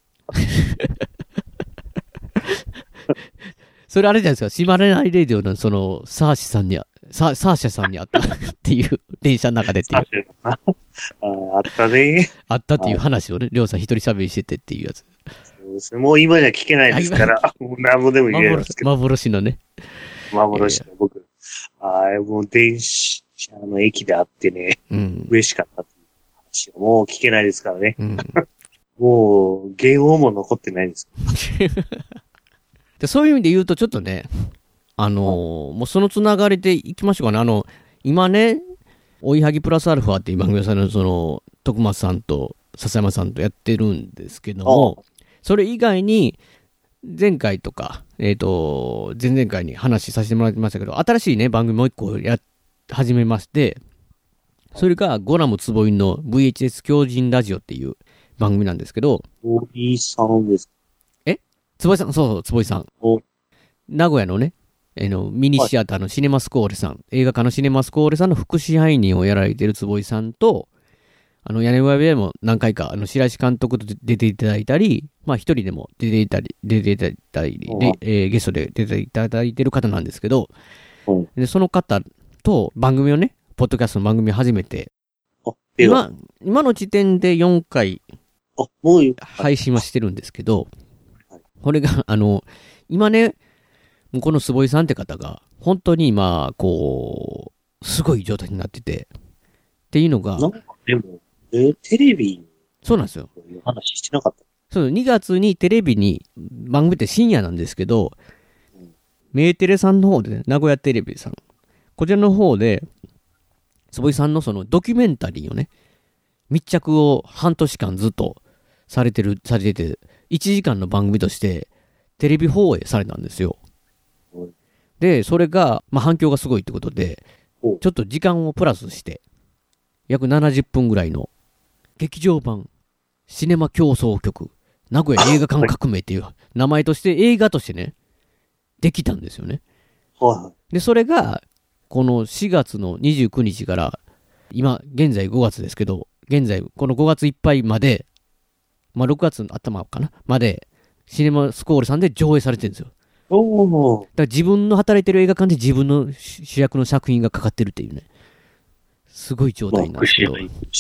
それあれじゃないですか、しまれないレディオのその、サーシさんに、サ, サーシャさんにあったっていう、電車の中でっていう。 あ, あったね。 あったっていう話をね、りょうさん一人喋りしててっていうやつ。 もう今じゃ聞けないですから、もう何もでも言えないですけど。 幻のね。 幻の僕。ああ、もう電車の駅で会ってね、うん、嬉しかったっていう話をもう聞けないですからね。うん、もう、原音も残ってないです。 でそういう意味で言うとちょっとね、あのー、もうそのつながりでいきましょうかね。あの、今ね、追いはぎプラスアルファっていう番組さんのその、徳松さんと笹山さんとやってるんですけども、それ以外に、前回とか、えっと、前々回に話させてもらってましたけど、新しいね、番組もう一個や、始めまして、それが、ゴラムつぼいの ブイエイチエス 狂人ラジオっていう番組なんですけど、 つぼいさんですか？ えつぼいさん、そうそう、つぼいさん。名古屋のね、えの、ミニシアターのシネマスコーレさん、はい、映画館のシネマスコーレさんの副支配人をやられているつぼいさんと、あの、屋根裏部屋も何回か、あの、白石監督と出ていただいたり、まあ一人でも出ていたり、出ていただいたり、で、えー、ゲストで出ていただいている方なんですけど、で、その方と番組をね、ポッドキャストの番組を始めて、今、今の時点でよんかい、配信はしてるんですけど、これが、あの、今ね、 この坪井さんって方が、本当に今、こう、すごい状態になってて、っていうのが、 なんかでも、え、テレビそうなんですよ。 そういう話してなかった。 そう、にがつにテレビに、番組って深夜なんですけど、 うん、 メーテレさんの方でね、名古屋テレビさん、こちらの方で、坪井さんのそのドキュメンタリーをね、密着を半年間ずっとされてる、されてて、いちじかんの番組としてテレビ放映されたんですよ。 うん、 で、それが、まあ、反響がすごいってことで、 うん、 ちょっと時間をプラスして、約ななじゅっぷんぐらいの劇場版シネマ競争曲名古屋映画館革命っていう名前として映画としてね、できたんですよね。 はい。 で、それが、このしがつのにじゅうくにちから、今、現在ごがつですけど、現在、このごがついっぱいまで、まあ、ろくがつの頭かなまで、シネマスコールさんで上映されてるんですよ。 おー。 だから自分の働いてる映画館で自分の主役の作品がかかってるっていうね。すごい状態なんですけど。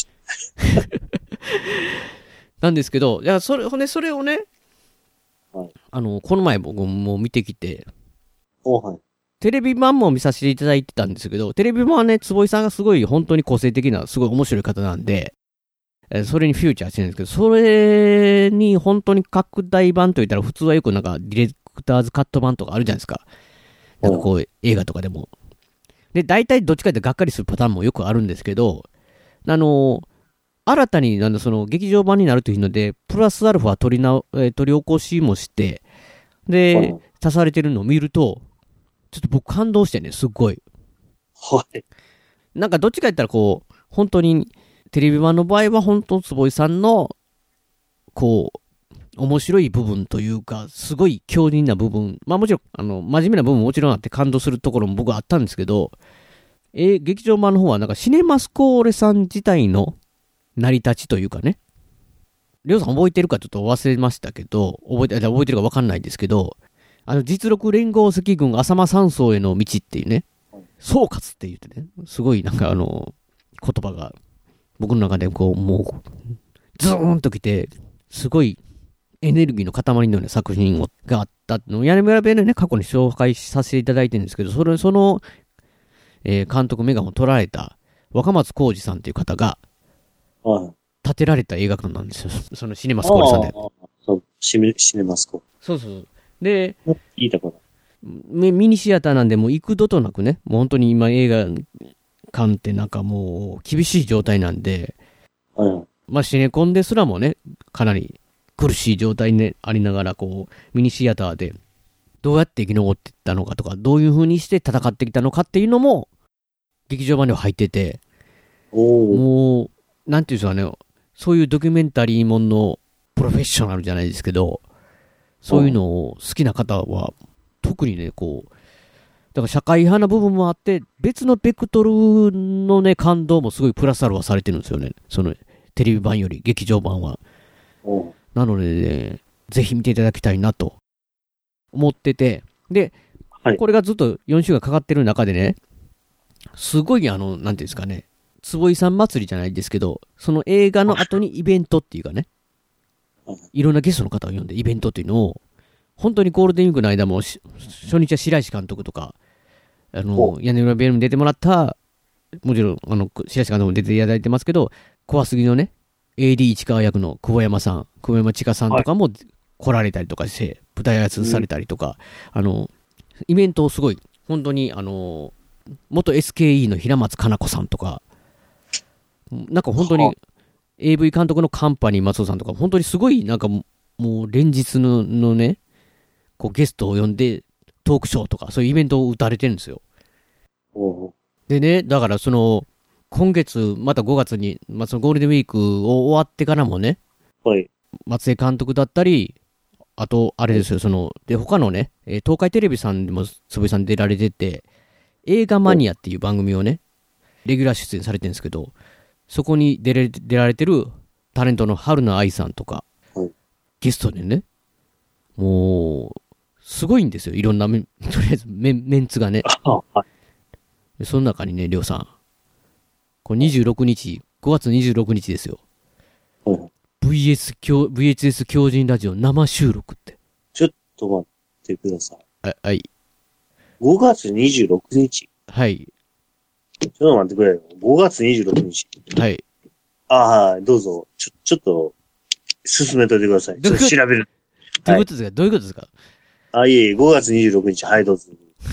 なんですけど、いや、それ、ほんで、それをね、 はい、 あの、この前僕も見てきて、 おはい、 テレビ版も見させていただいてたんですけど、テレビ版はね、坪井さんがすごい本当に個性的な、すごい面白い方なんで、それにフューチャーしてるんですけど、それに本当に拡大版といったら、普通はよくなんかディレクターズカット版とかあるじゃないですか。なんかこう、映画とかでも。で、大体どっちかってがっかりするパターンもよくあるんですけど、あの、新たになんだその劇場版になるというので、プラスアルファ取りな、えー、取り起こしもして、で、足されてるのを見ると、ちょっと僕感動してね、すっごい。 はい。 なんかどっちか言ったらこう、本当に、テレビ版の場合は本当坪井さんの、こう、面白い部分というか、すごい強靭な部分、まあもちろん、あの、真面目な部分ももちろんあって感動するところも僕はあったんですけど、えー、劇場版の方はなんかシネマスコーレさん自体の成り立ちというかね、りょうさん覚えてるかちょっと忘れましたけど、覚えて、覚えてるか分かんないですけど、あの、実力連合赤軍浅間山荘への道っていうね、総括って言ってね、すごいなんかあの、言葉が、僕の中でこう、もう、ズーンときて、すごいエネルギーの塊のような作品があったのを、屋根裏部屋でね、過去に紹介させていただいてるんですけど、それ、その、えー、監督メガホンを取られた若松浩二さんっていう方が、建てられた映画館なんですよ。そのシネマスコールさんで。 ああ、そう、シネ、シネマスコール。 そうそう。で、 聞いたかな。ミニシアターなんで、もう幾度となくね、もう本当に今映画館ってなんかもう厳しい状態なんで、 はい、 まあシネコンですらもね、かなり苦しい状態にありながら、こう、ミニシアターでどうやって生き残っていったのかとか、どういう風にして戦ってきたのかっていうのも、劇場版では入ってて、 おもう、なんていうんですかね、そういうドキュメンタリーもんのプロフェッショナルじゃないですけど、そういうのを好きな方は、特にね、こう、だから社会派な部分もあって、別のベクトルのね、感動もすごいプラスアルファされてるんですよね。その、テレビ版より、劇場版は。なのでね、ぜひ見ていただきたいなと思ってて、で、はい、これがずっとよんしゅうかんかかってる中でね、すごいあの、なんていうんですかね、坪井さん祭りじゃないですけど、その映画の後にイベントっていうかね、いろんなゲストの方を呼んでイベントっていうのを、本当にゴールデンウィークの間も、初日は白石監督とか、あの、屋根裏部屋に出てもらった、もちろん、あの、白石監督も出ていただいてますけど、怖すぎのね、エーディー 市川役の久保山さん、久保山千佳さんとかも来られたりとかして、舞台挨拶されたりとか、あの、イベントをすごい、本当に、あの、元 エスケーイー の平松かな子さんとか、なんか本当に エーブイ 監督のカンパニー松尾さんとか、本当にすごいなんかもう連日ののね、こうゲストを呼んでトークショーとかそういうイベントを打たれてるんですよ。でね、だからその今月またごがつに、まあ、そのゴールデンウィークを終わってからもね、 はい、 松江監督だったり、あとあれですよ、そので他のね、東海テレビさんでも坪井さん出られてて、映画マニアっていう番組をね、レギュラー出演されてるんですけど、そこに出れ出られてるタレントの春菜愛さんとか、 はい、 ゲストでね、もう、すごいんですよ。いろんなメ、とりあえずメン、メンツがね。 はい、 その中にね、りょうさん。これにじゅうろくにち、ごがつにじゅうろくにちですよ。 はい、 ブイエス 強、ブイエイチエス 強靭ラジオ生収録って。 ちょっと待ってください。 あ、はい。 ごがつにじゅうろくにち。 はい。 ちょっと待ってくれよ。ごがつにじゅうろくにち。 はい。 ああ、はい、どうぞ。ちょ、ちょっと、進めといてください。ちょっと調べる。 どういうことですか、はい、どういうことですかあ、いえいえ、ごがつにじゅうろくにち、はい、どうぞ。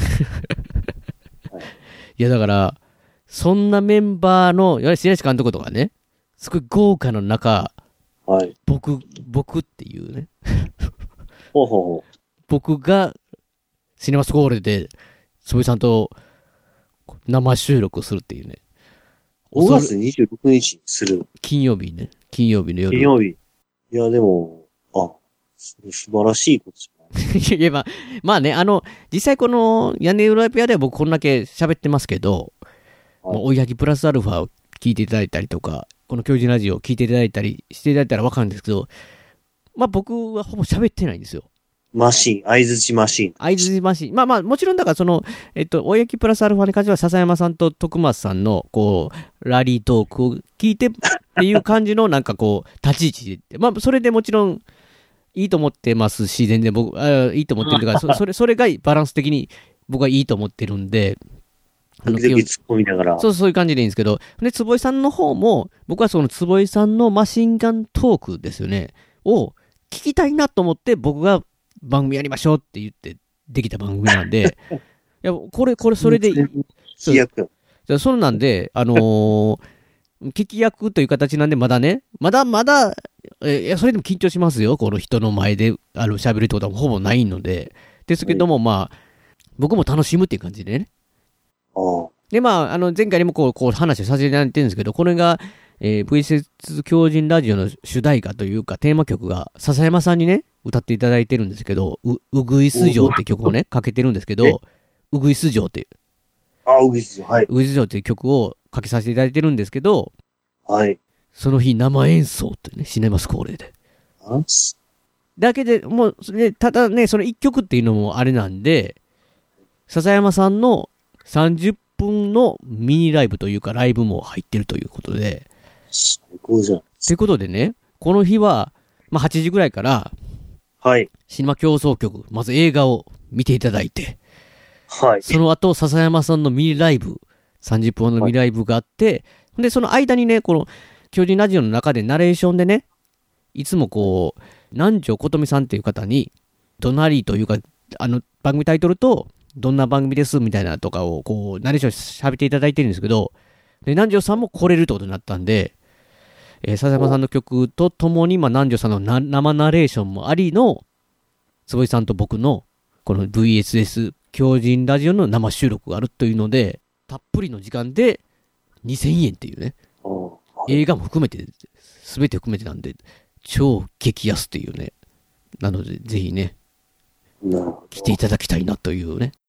はい、いや、だから、そんなメンバーの、いわゆる白石監督とかね、すごい豪華の中、 はい。 僕、僕っていうね。 ほうほうほう。 僕が、シネマスコールで、坪井さんと生収録するっていうね。 ごがつにじゅうろくにちにする。 金曜日ね。金曜日の夜。 金曜日。いや、でも、あ、素晴らしいことじゃない。 いや、まあ、まあね、あの、実際この屋根裏部屋では僕こんだけ喋ってますけど、はい、追い焼きプラスアルファを聞いていただいたりとか、この巨人ラジオを聞いていただいたりしていただいたらわかるんですけど、まあ僕はほぼ喋ってないんですよ。 マシン、相づちマシン。 相づちマシン。まあまあ、もちろんだからその、えっと、追い焼きプラスアルファに関しては笹山さんと徳松さんの、こう、ラリートークを聞いてっていう感じのなんかこう、立ち位置で。まあ、それでもちろん、いいと思ってますし、全然僕、あいいと思ってるとか、そ, それ、それがバランス的に僕はいいと思ってるんで、 あの、突っ込みながら。 そう、そういう感じでいいんですけど、で、坪井さんの方も、僕はその坪井さんのマシンガントークですよね、を聞きたいなと思って、僕が番組やりましょうって言ってできた番組なんで、いや、これ、これ、それでいい。聞き役。 そうなんで、あのー、聞き役という形なんで、まだね、まだまだ、え、いや、それでも緊張しますよ。この人の前で、あの、喋るってことはほぼないので。ですけども、まあ、僕も楽しむっていう感じでね。で、まあ、あの、前回にもこう、こう話をさせていただいてるんですけど、これが、えー、ブイエスエス 狂人ラジオの主題歌というか、テーマ曲が、笹山さんにね、歌っていただいてるんですけど、う、うぐいす城って曲をね、かけてるんですけど、うぐいす城っていう。 あ、うぐいす城、はい。 うぐいす城っていう曲をかけさせていただいてるんですけど、 はい。 その日生演奏ってね、シネマスコーレで。だけで、もう、それで、ただね、その一曲っていうのもあれなんで、笹山さんのさんじゅっぷんのミニライブというか、ライブも入ってるということで。 最高じゃん。 ということでね、この日は、まあ、はちじぐらいから、 はい。 シネマ競争局、まず映画を見ていただいて、 はい。 その後、笹山さんのミニライブ、さんじゅっぷんのミニライブがあって、はい、で、その間にね、この、巨人ラジオの中でナレーションでね、いつもこう、南條琴美さんっていう方に、どなりというか、あの、番組タイトルと、どんな番組ですみたいなとかを、こう、ナレーション喋っていただいてるんですけど、で、南條さんも来れるってことになったんで、えー、笹山さんの曲とともに、まあ、南條さんのな生ナレーションもありの、坪井さんと僕の、この ブイエスエス 狂人ラジオの生収録があるというので、たっぷりの時間でにせんえんっていうね、映画も含めて、すべて含めてなんで、超激安っていうね、なので、ぜひね、来ていただきたいなというね。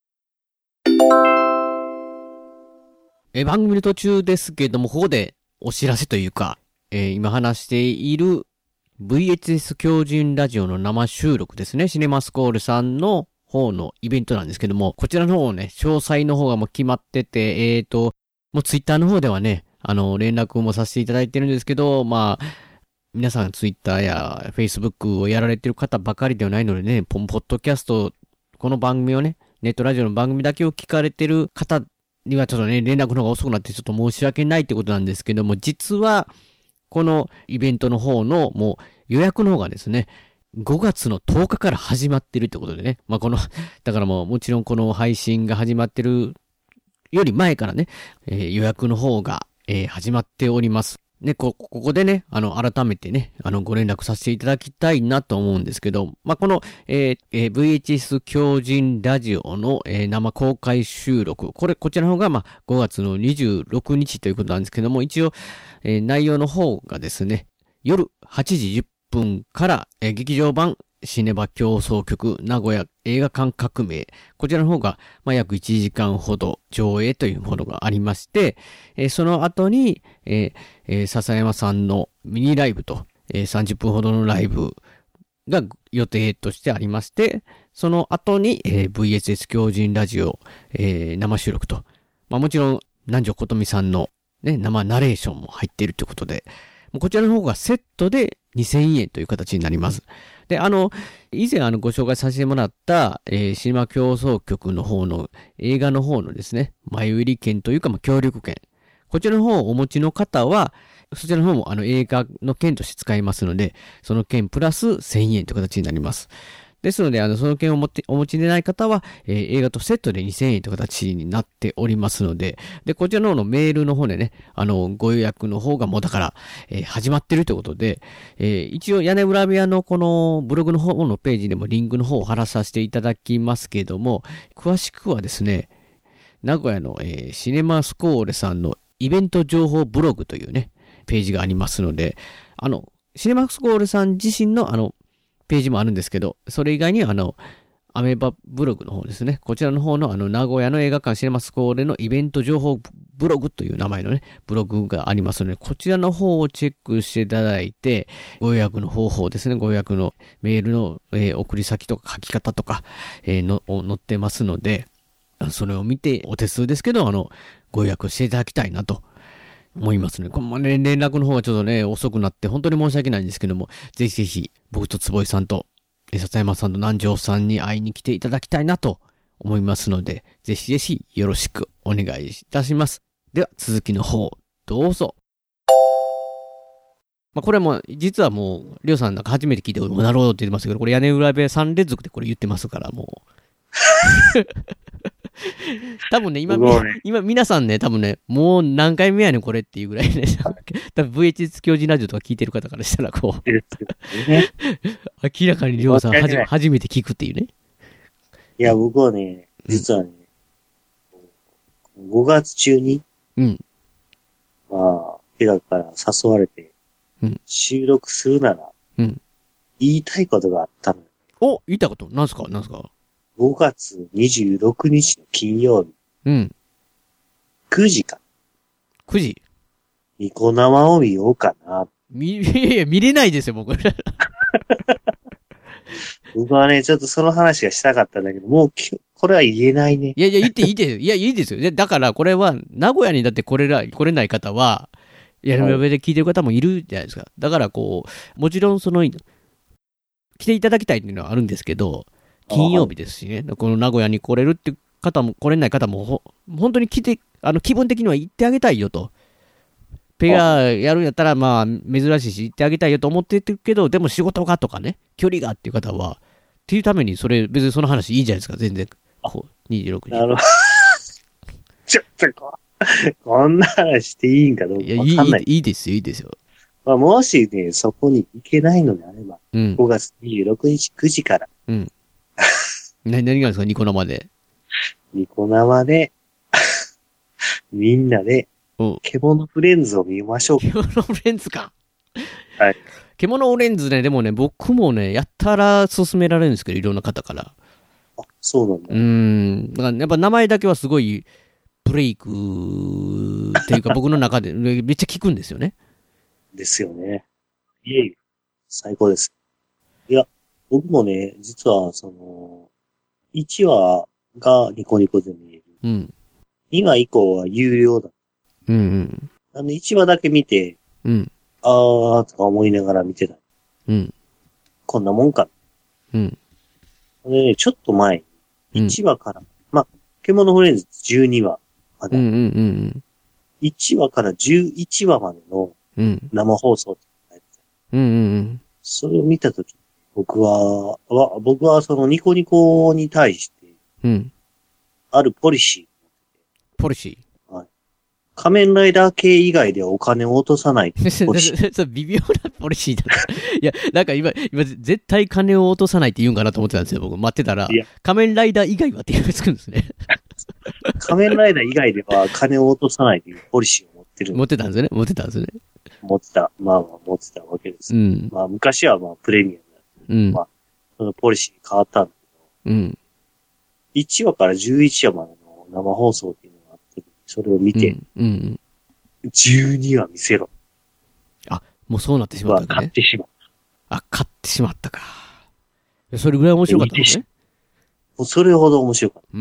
え番組の途中ですけども、ここでお知らせというか、えー、今話している ブイエイチエス 狂人ラジオの生収録ですね。シネマスコールさんの方のイベントなんですけども、こちらの方ね、詳細の方がもう決まってて、えーと、もうツイッターの方ではね、あの、連絡もさせていただいてるんですけど、まあ、皆さんツイッターやフェイスブックをやられてる方ばかりではないのでね、ポンポッドキャスト、この番組をね、ネットラジオの番組だけを聞かれてる方にはちょっとね、連絡の方が遅くなってちょっと申し訳ないってことなんですけども、実は、このイベントの方のもう予約の方がですね、ごがつのとおかから始まってるってことでね、まあこの、だからもうもちろんこの配信が始まってるより前からね、えー、予約の方が、えー、始まっております。ね、こ、ここでね、あの、改めてね、あの、ご連絡させていただきたいなと思うんですけど、まあ、この、えーえー、ブイエイチエス 狂人ラジオの、えー、生公開収録、これ、こちらの方が、まあ、ごがつのにじゅうろくにちということなんですけども、一応、えー、内容の方がですね、夜はちじじゅっぷんから、えー、劇場版シネマ競争局名古屋映画館革命。こちらの方が、まあ、約いちじかんほど上映というものがありまして、えー、その後に、えーえー、笹山さんのミニライブと、えー、さんじゅっぷんほどのライブが予定としてありまして、その後に、えー、ブイエスエス 狂人ラジオ、えー、生収録と、まあ、もちろん南條琴美さんの、ね、生ナレーションも入っているということで、こちらの方がセットでにせんえんという形になります。で、あの、以前あのご紹介させてもらった、えー、シネマ競争局の方の映画の方のですね、前売り券というか、まあ、協力券。こちらの方をお持ちの方は、そちらの方もあの映画の券として使いますので、その券プラスせんえんという形になります。ですので、あの、その券を持って、お持ちでない方は、えー、映画とセットでにせんえんという形になっておりますので、で、こちらの方のメールの方でね、あの、ご予約の方がもうだから、えー、始まってるということで、えー、一応屋根裏部屋のこのブログの方のページでもリンクの方を貼らさせていただきますけども、詳しくはですね、名古屋の、えー、シネマスコーレさんのイベント情報ブログというね、ページがありますので、あの、シネマスコーレさん自身のあの、ページもあるんですけど、それ以外にあの、アメーバブログの方ですね。こちらの方のあの、名古屋の映画館シネマスコーレのイベント情報ブログという名前のね、ブログがありますので、こちらの方をチェックしていただいて、ご予約の方法ですね。ご予約のメールの、えー、送り先とか書き方とか、えー、の載ってますので、それを見てお手数ですけど、あの、ご予約していただきたいなと。思いますね。この、ね、連絡の方がちょっとね、遅くなって本当に申し訳ないんですけども、ぜひぜひ僕と坪井さんと、笹山さんと南條さんに会いに来ていただきたいなと思いますので、ぜひぜひよろしくお願いいたします。では、続きの方、どうぞ。まあ、これも、実はもう、りょうさんなんか初めて聞いて、なるほどって言ってますけど、これ屋根裏部屋さん連続でこれ言ってますから、もう。多分ね、今、今、皆さんね、多分ね、もう何回目やねん、これっていうぐらいね、多分 ブイエイチエス 教授ラジオとか聞いてる方からしたら、こう、明らかにりょうさんはじ初めて聞くっていうね。 いや、僕はね、実はね、うん、ごがつ中に、 うん。 まあ、ペガから誘われて、うん、収録するなら、 うん。 言いたいことがあったの。 お、言いたいことなんすかなんすかごがつにじゅうろくにちの金曜日。 うん。 くじか。 くじニコ生を見ようかな。 見、いや、見れないですよ、僕。 僕はね、ちょっとその話がしたかったんだけど、もうき、これは言えないね。 いやいや、言っていいですよ。いや、いいですよ。で、だから、これは、名古屋にだって来れら、来れない方は、いや、上で聞いてる方もいるじゃないですか。だから、こう、もちろん、その、来ていただきたいっていうのはあるんですけど、金曜日ですしね、この名古屋に来れるって方も、来れない方も、ほ本当に来て、あの、気分的には行ってあげたいよと。ペアやるんやったら、まあ、珍しいし、行ってあげたいよと思ってるけど、でも仕事がとかね、距離がっていう方は、っていうために、それ、別にその話いいじゃないですか、全然。にじゅうろくにち。 なるほど。ちょっとこ、こんな話していいんかどうかわかんない。 いや、いい、いいですよ、いいですよ。 まあ、もしね、そこに行けないのであれば、 うん、 ごがつにじゅうろくにちくじから。 うん。何、何がですか、ニコ生で。 ニコ生で、みんなで、獣フレンズを見ましょう。 獣フレンズか。 はい。 獣フレンズね、でもね、僕もね、やったら勧められるんですけど、いろんな方から。 あ、そうなんだ。 うーん。だからやっぱ名前だけはすごい、ブレイクっていうか僕の中でめっちゃ聞くんですよね。 ですよね。いえいえ、最高です。いや、僕もね、実は、その、いちわがニコニコで見える。 うん。 にわ以降は有料だ。 うんうん。 あの、いちわだけ見て、 うん。 あーとか思いながら見てた。 うん。 こんなもんか。 うん。 でね、ちょっと前、いちわから、うん、まあ、獣フレンズじゅうにわまで。 うんうんうんうん。 いちわからじゅういちわまでの生放送って書いてた。 うんうんうん。 それを見たとき、僕は、わ、僕はそのニコニコに対して、 うん。 あるポリシー。 ポリシーはい。仮面ライダー系以外ではお金を落とさないポリシー。 そう、微妙なポリシーだな。いや、なんか今、今、絶対金を落とさないって言うんかなと思ってたんですよ、僕。待ってたら、仮面ライダー以外はって言うつくんですね。 仮面ライダー以外では金を落とさないというポリシーを持ってる。 持ってたんですよね。持ってたんですよね。 持ってた。まあまあ持ってたわけです。 うん。 まあ昔はまあプレミアムだった。うん。まあ、そのポリシー変わったんだけど。うん。 いちわからじゅういちわまでの生放送っていうのがあって、それを見て、 うん。うん、 じゅうにわ見せろ。 あ、もうそうなってしまったんだね。 買ってしまった。 あ、買ってしまったか。それぐらい面白かったんですね。 それほど面白かった。 うん。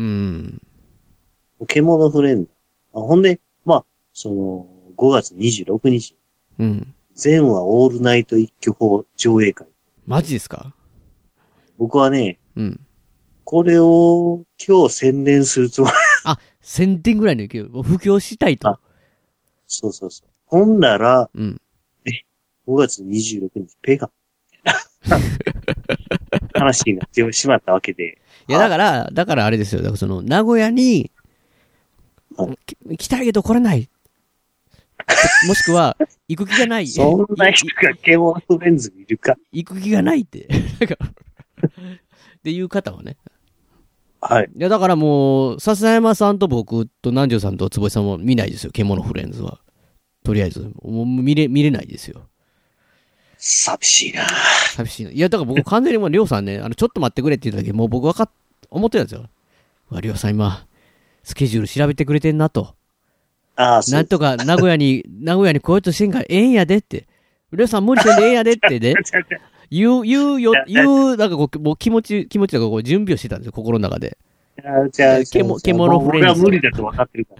獣フレンズ。あ、ほんで、まあ、その、ごがつにじゅうろくにち。 うん。 全話オールナイト一挙法上映会。 マジですか？ 僕はね、 うん。 これを今日宣伝するつもり。 あ、宣伝ぐらいの勢い。もう布教したいと。 そうそうそう。ほんなら、 うん。 え、ごがつにじゅうろくにち、ペガ。話になってしまったわけで。 いや、だから、だからあれですよ。だからその、名古屋に、来たいけど来れない。もしくは、行く気がない。 そんな人が獣フレンズにいるか。 行く気がないって。っていう方はね。 はい。 いや、だからもう、笹山さんと僕と南條さんと坪井さんも見ないですよ。獣フレンズは。とりあえず。もう見れ、見れないですよ。 寂しいな寂しいな。いや、だから僕完全にもう、りょうさんね、あの、ちょっと待ってくれって言った時、もう僕わかっ、思ってたんですよ。わ、りょうさん今、スケジュール調べてくれてんなと。 ああ、そう。 なんとか名古屋に、名古屋に来ようとしてんからええんやでって。りょうさん無理せんでええんやでってね。言う、言うよ、言う、なんかこう、もう気持ち、気持ちとかこう準備をしてたんですよ、心の中で。 あじゃあ、 獣フレンズ。 俺は無理だと分かってるから。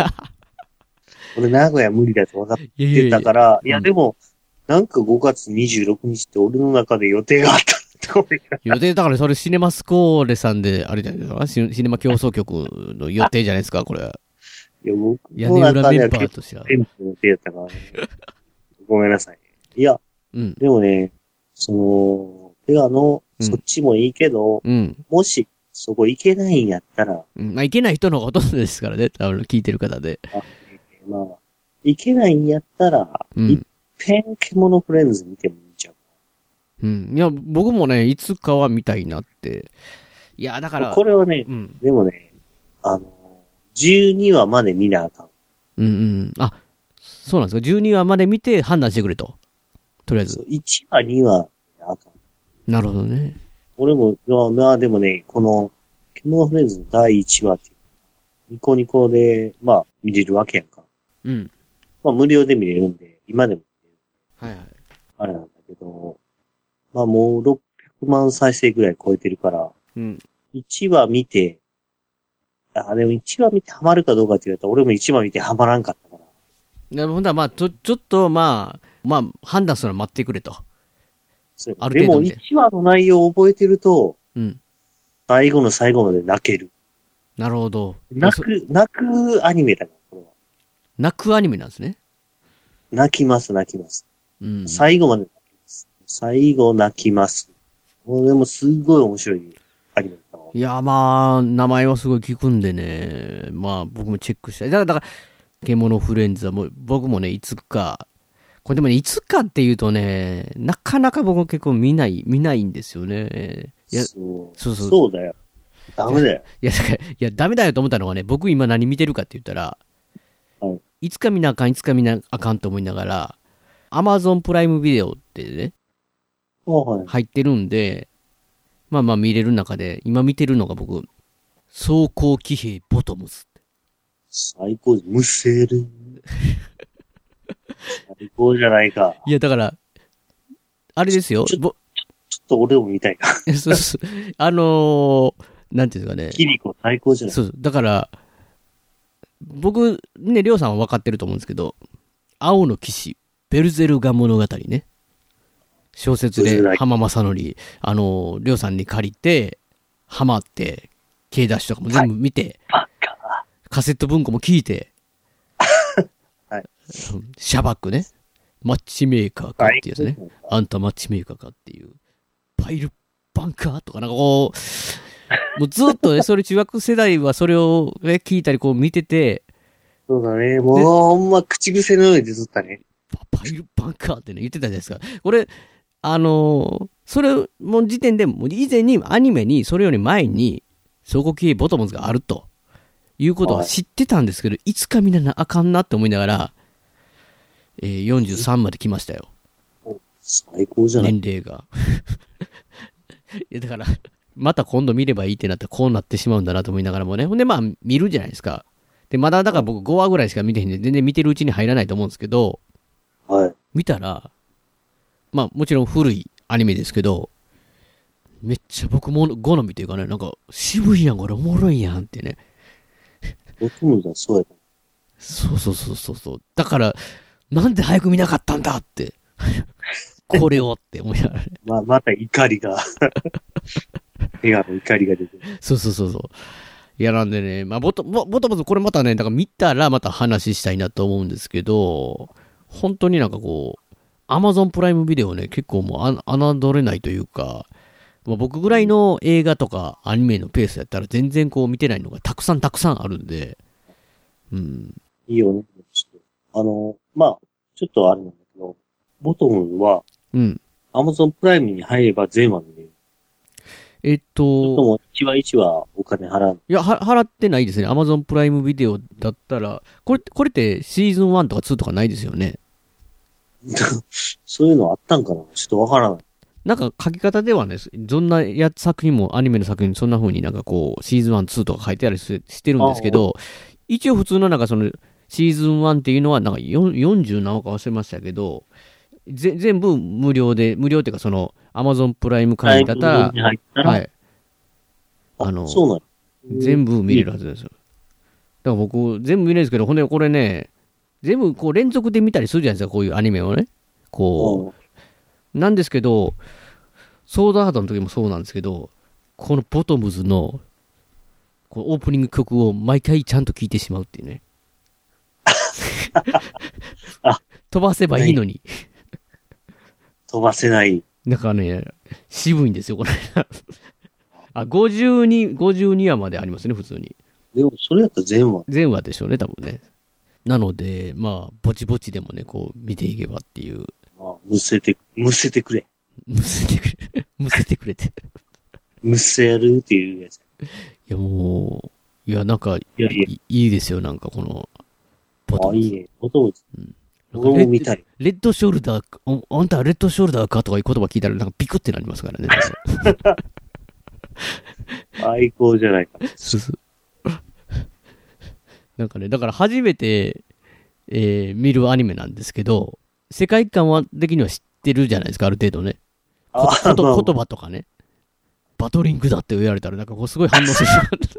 俺、名古屋無理だと分かってたから、いやいやいや、いやでも、なんかごがつにじゅうろくにちって俺の中で予定があった予定だからそれシネマスコーレさんで、あれじゃないですか、シネマ競争局の予定じゃないですか、これ。 いや、僕の中では結構テンポの予定だったからね。ごめんなさい。いや、うん、でもね、その、ペガの、そっちもいいけど、うん、もし、そこ行けないんやったら、 うん、まあ行けない人のほとんどですからね、あの聞いてる方で。あまあ、行けないんやったら、うん、いっぺん獣フレンズ見てもいいんちゃうか。 うん。いや、僕もね、いつかは見たいなって。いや、だから。 これはね、うん、でもね、あの、じゅうにわまで見なあかん。 うんうん。あ、そうなんですか。じゅうにわまで見て判断してくれと。とりあえず。 いちわ、にわ、あかん。なるほどね。 俺も、まあでもね、この、獣フレンズのだいいちわっていう、ニコニコで、まあ、見れるわけやんか。うん。まあ、無料で見れるんで、今でも見れる。はいはい。あれなんだけど、まあもうろっぴゃくまん再生ぐらい超えてるから、うん。いちわ見て、あ、でもいちわ見てハマるかどうかって言われたら、俺もいちわ見てハマらんかったから。 なるほど、まあ、ちょ、ちょっと、まあ、まあ、判断するの待ってくれと。 そうある程度で。でもいちわの内容を覚えてると、うん。最後の最後まで泣ける。 なるほど。 泣く、泣くアニメだから、これは。 泣くアニメなんですね。 泣きます、泣きます。うん。最後まで泣きます。最後泣きます。もうでもすごい面白いアニメだった。 いや、まあ、名前はすごい聞くんでね。まあ、僕もチェックしたい。だから、だから、獣フレンズはもう、僕もね、いつか、これでもね、いつかっていうとね、なかなか僕結構見ない、見ないんですよね。いや、 そう。そうそう。そうだよ。ダメだよ。 いや、だから、いや、ダメだよと思ったのがね、僕今何見てるかって言ったら、はい、いつか見なあかん、いつか見なあかんと思いながら、アマゾンプライムビデオってね、はい、入ってるんで、まあまあ見れる中で、今見てるのが僕、装甲騎兵ボトムズ。 最高、むせる。最高じゃないか。 いや、だから、あれですよ。 ちょ、ちょちょっと俺も見たいな。 そうそう。あのー、なんていうんですかね。 キリコ最高じゃない。 そうそう。だから、僕、ね、りょうさんは分かってると思うんですけど、青の騎士、ベルゼルガ物語ね。小説で浜正則、あの、りょうさんに借りて、ハマって、K ダッシュとかも全部見て、はい、カセット文庫も聞いて、はい、シャバックね、マッチメーカーかっていうやつね、はい、あんたマッチメーカーかっていう、パイルバンカーとかなんかこう、もうずっとね、それ中学世代はそれを、ね、聞いたりこう見てて、 そうだね、もうほんま口癖のように出とったね。 パイルバンカーってね、言ってたじゃないですか。これ、あのー、それも時点でも以前にアニメにそれより前に装甲騎兵ボトムズがあるということは知ってたんですけど、はい、いつか見なあかんなって思いながら、えー、よんじゅうさんまで来ましたよ。 最高じゃない。 年齢が。いやだからまた今度見ればいいってなったらこうなってしまうんだなと思いながらもね。ほんでまあ見るじゃないですか。でまだだから僕ごわぐらいしか見てへんで全然見てるうちに入らないと思うんですけど、はい、見たら。まあもちろん古いアニメですけど、めっちゃ僕も好みというかね、なんか渋いやん、これおもろいやんってね。 ボトムズはそうやった。 そうそうそうそうそう。だから、なんで早く見なかったんだってこれをって思いながらね。 まあ、また怒りが。映画の怒りが出てる。 そうそうそうそう。いや、なんでね、まあ、ボト、ボトムズ、これまたね、だから見たらまた話したいなと思うんですけど、本当になんかこう、アマゾンプライムビデオね、結構もうあ、侮れないというか、まあ、僕ぐらいの映画とかアニメのペースやったら全然こう見てないのがたくさんたくさんあるんで、うん。 いいよね。あの、まあ、ちょっとあれなんだけど、ボトムは、 うん。 アマゾンプライムに入れば全話見れる。 えっと、 それともいちわいちわお金払う。 いや、は、払ってないですね。アマゾンプライムビデオだったら、これ、これってシーズンワンとかツーとかないですよね。 そういうのあったんかなちょっとわからない。 なんか書き方ではね、どんなや作品もアニメの作品そんな風になんかこう、シーズンワン、ツーとか書いてありしてるんですけど、一応普通のなんかその、シーズンワンっていうのはなんかよんじゅう何話か忘れましたけど、ぜ全部無料で、無料っていうかその、アマゾンプライム会員だったら、 入ったらはい。あの、 そうなの全部見れるはずですよ。だから僕、全部見れるんですけど、ほんでこれね、全部こう連続で見たりするじゃないですか、こういうアニメをね。こう。なんですけど、ソードアートの時もそうなんですけど、このボトムズの、このオープニング曲を毎回ちゃんと聴いてしまうっていうね。飛ばせばいいのに。 飛ばせない。 なんかね、渋いんですよ、これ。あ、ごじゅうに、ごじゅうにわまでありますね、普通に。 でも、それやったら全話。 全話でしょうね、多分ね。なので、まあ、ぼちぼちでもね、こう、見ていけばっていう。 まあ、むせて、むせてくれ。 むせてくれ。むせてくれて。 むせやるっていうやつ。 いや、もう、いや、なんか、いやいやいいですよ、なんかこの、 ボトムズ。あ、いいね。ボトムズ。うん。 僕も見たい。レッドショルダー、あんたはレッドショルダーかとかいう言葉聞いたら、なんかビクってなりますからね。 最高じゃないか。 そうそう。なんかね、だから初めて、えー、見るアニメなんですけど、世界観は的には知ってるじゃないですか、ある程度ね。ここと、言葉とかね。バトリングだって言われたら、なんかこうすごい反応する。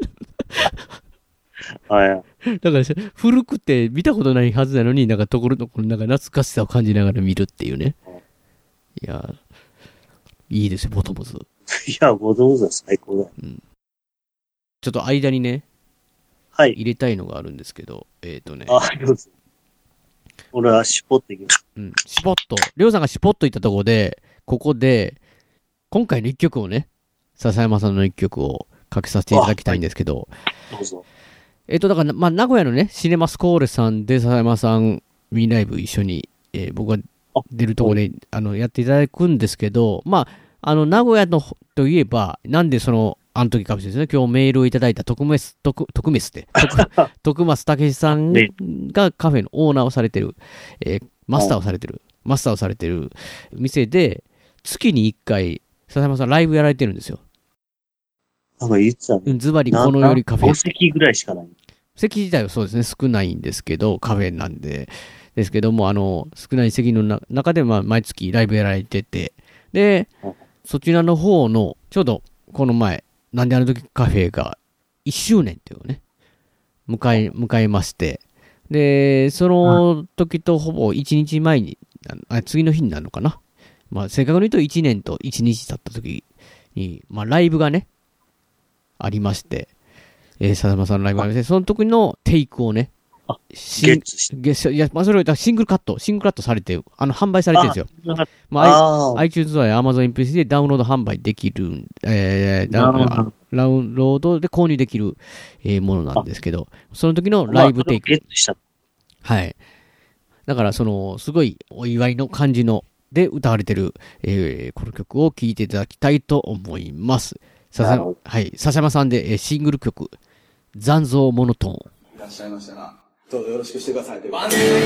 はい。 だから、古くて見たことないはずなのに、なんかところどころ、なんか懐かしさを感じながら見るっていうね。いや、いいですよ、ボトムズ。 いや、ボトムズは最高だ。 うん。ちょっと間にね、 はい。 入れたいのがあるんですけど、えっとね。 あ、どうぞ。俺はシュポッといきます。 うん、シュポッと。りょうさんがシュポッといったところで、ここで、今回の一曲をね、笹山さんの一曲をかけさせていただきたいんですけど、 はい、どうぞ。 えっと、だから、まあ、名古屋のね、シネマスコーレさんで笹山さん、ミニライブ一緒に、えー、僕が出るところで、あの、やっていただくんですけど、まあ、あの、名古屋のといえば、なんでその、あの時かもしれないですね。今日メールをいただいた徳メス、徳、徳メスって、徳松武さんがカフェのオーナーをされてる、えー、マスターをされてる、マスターをされてる店で、月にいっかい、笹山さんライブやられてるんですよ。 なんか言ってたね。 ズバリこのよりカフェ。 ご席ぐらいしかない。 席自体はそうですね、少ないんですけど、カフェなんで、ですけども、あの、少ない席のな中で、まあ、毎月ライブやられてて、で、うん、そちらの方の、ちょうど、この前、なんであの時カフェがいっしゅうねんっていうね、迎え、迎えまして、で、その時とほぼいちにちまえに、あ、次の日になるのかな。まあ、正確に言うといちねんといちにち経った時に、まあ、ライブがね、ありまして、えー、笹山さんのライブがありまして、その時のテイクをね、 あ、ゲッツして。 ゲッいや、まあ、それをシングルカット、シングルカットされて、あの、販売されてるんですよ。あまあ、iTunes とか Amazon エムピースリー でダウンロード販売できる、えー、ダウンダウンロードで購入できる、えー、ものなんですけど、その時のライブテイク。 ゲッツした。はい。 だから、その、すごいお祝いの感じの、で歌われてる、えー、この曲を聴いていただきたいと思います。さはい、笹山さんで、えー、シングル曲、残像モノトーン。 いらっしゃいましたな。どうぞよろしくしてください。ど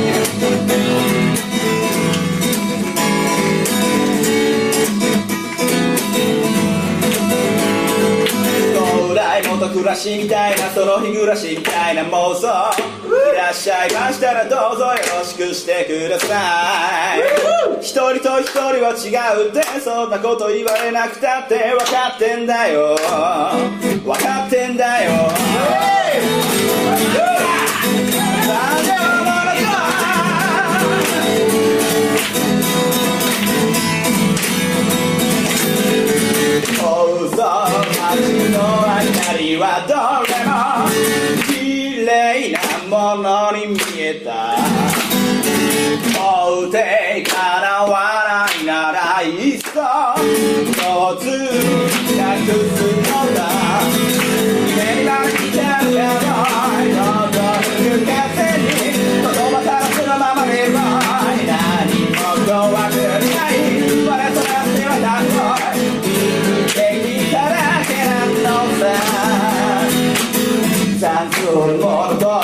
うだい元暮らしみたいなその日暮らしみたいな妄想いらっしゃいましたらどうぞよろしくしてください一人と一人は違うってそんなこと言われなくたって分かってんだよ分かってんだよなんでけた到底叶わないならいっそ一つなくすのだ夢にまで来たるやろいどんどん吹く風に言葉からそのままでも何も怖くない我となってはだっこい生きただけなのさ残するものと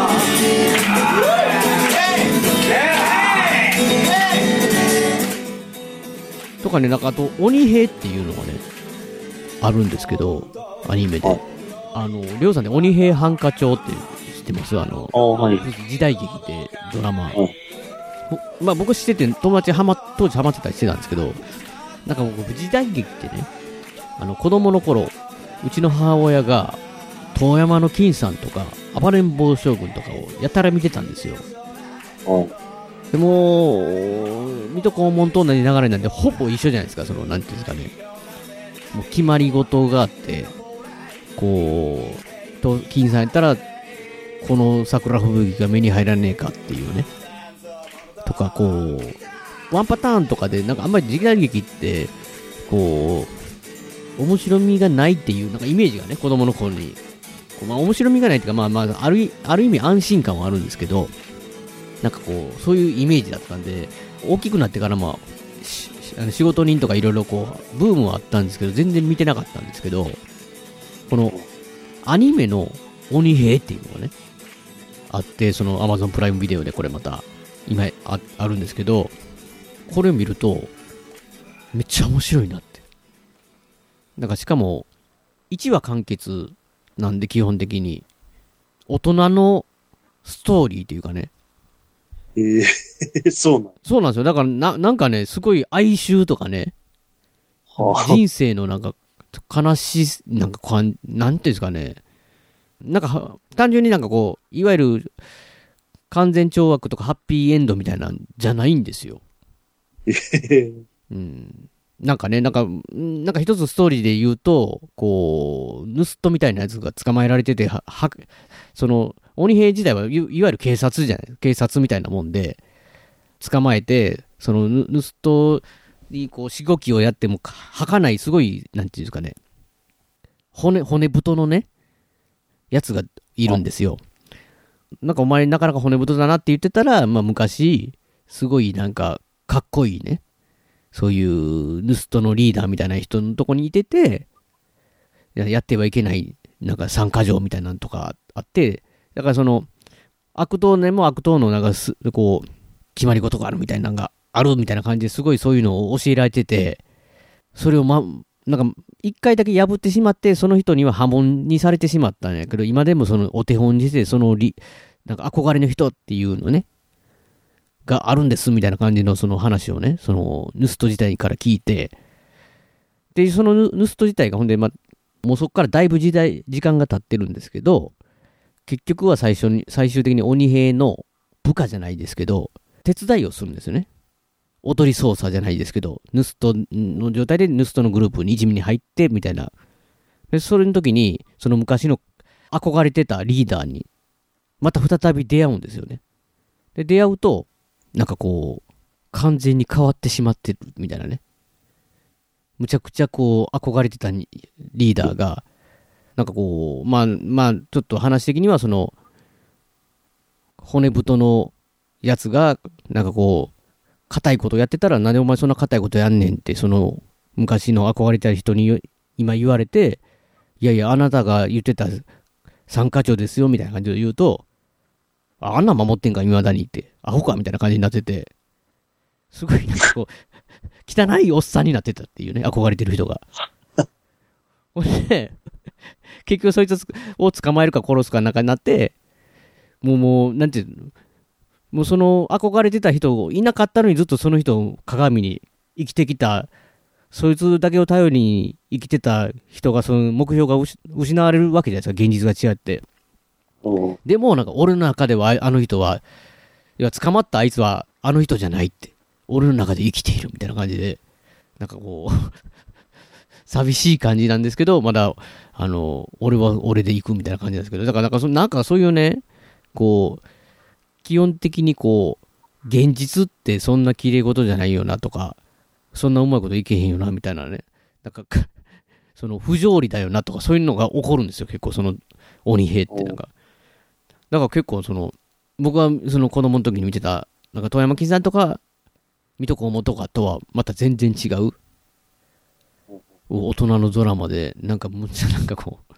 とかね、なんかあと鬼平っていうのがねあるんですけど、アニメであのりょうさんね、鬼平犯科帳って知ってます？あのあ、はい、 時代劇でドラマ、まあ僕知ってて友達ハマ当時ハマってたりしてたんですけど、なんか僕時代劇ってね、あの子供の頃うちの母親が遠山の金さんとか暴れん坊将軍とかをやたら見てたんですよ。でも水戸黄門と同じ流れなんでほぼ一緒じゃないですか。そのなんていうんですかね、もう決まり事があって、こうと金さんやったらこの桜吹雪が目に入らねえかっていうね、とかこうワンパターンとかでなんかあんまり時代劇ってこう面白みがないっていうなんかイメージがね、子供の頃にこう、まあ、面白みがないっていうか、まあまああるある意味安心感はあるんですけど、なんかこうそういうイメージだったんで、大きくなってからまああの仕事人とかいろいろこうブームはあったんですけど全然見てなかったんですけど、このアニメの鬼平っていうのがねあって、その Amazon プライムビデオでこれまた今 あ, あるんですけど、これを見るとめっちゃ面白いなって。なんかしかもいちわ完結なんで、基本的に大人のストーリーっていうかね。 えー、そうなんそうなんですよ。だからな、なんかね、すごい哀愁とかね、はあ、人生のなんか悲しい、なんかかん、なんていうんですかね、なんか単純になんかこう、いわゆる完全懲悪とかハッピーエンドみたいなんじゃないんですよ。 えー、 うん。なんかね、なんか、なんか一つストーリーで言うと、こう、盗人みたいなやつが捕まえられてて、は、はその、鬼平時代はい、いわゆる警察じゃない、警察みたいなもんで、捕まえて、その、盗人にこう、しごきをやっても、吐かない、すごい、なんていうんですかね、骨、骨太のね、やつがいるんですよ。なんかお前なかなか骨太だなって言ってたら、まあ昔、すごいなんか、かっこいいね、そういう盗人のリーダーみたいな人のとこにいてて、やってはいけない、なんか参加条みたいなのとかあって、だからその、悪党ねも悪党のなんかす、こう、決まり事があるみたいなのがあるみたいな感じですごいそういうのを教えられてて、それをま、なんか、一回だけ破ってしまって、その人には破門にされてしまったんやけど、今でもそのお手本にして、そのり、なんか憧れの人っていうのね、があるんですみたいな感じのその話をね、その盗人自体から聞いて、で、その盗人自体がほんで、ま、もうそこからだいぶ時代、時間が経ってるんですけど、結局は最初に、最終的に鬼平の部下じゃないですけど、手伝いをするんですよね。おとり捜査じゃないですけど、盗人の状態で盗人のグループに一味に入って、みたいな。で、それの時に、その昔の憧れてたリーダーに、また再び出会うんですよね。で、出会うと、なんかこう、完全に変わってしまってる、みたいなね。むちゃくちゃこう、憧れてたリーダーが、なんかこう、まあ、まあ、ちょっと話的には、その、骨太のやつが、なんかこう、硬いことやってたら、なんでお前そんな硬いことやんねんって、その、昔の憧れてた人に今言われて、いやいや、あなたが言ってた参加長ですよ、みたいな感じで言うと、あんなん守ってんか、未だにって、アホか、みたいな感じになってて、すごいなんかこう、汚いおっさんになってたっていうね、憧れてる人が。ほんで、結局そいつを捕まえるか殺すかなんかになって、もうもう、なんていうの、もうその憧れてた人いなかったのにずっとその人を鏡に生きてきた、そいつだけを頼りに生きてた人がその目標が失われるわけじゃないですか、現実が違って。でもなんか俺の中ではあの人は、いや捕まったあいつはあの人じゃないって、俺の中で生きているみたいな感じで、なんかこう、寂しい感じなんですけど、まだ、あの、俺は俺で行くみたいな感じなんですけど、だからなんかそ、なんかそういうね、こう、 基本的にこう、現実ってそんな綺麗事じゃないよなとか、そんなうまいこといけへんよなみたいなね。なんか、その不条理だよなとかそういうのが起こるんですよ、結構その鬼兵ってなんか。だから結構その、僕はその子供の時に見てた、なんか遠山金さんとか、水戸黄門とかとはまた全然違う、大人のドラマで、なんかむっちゃなんかこう、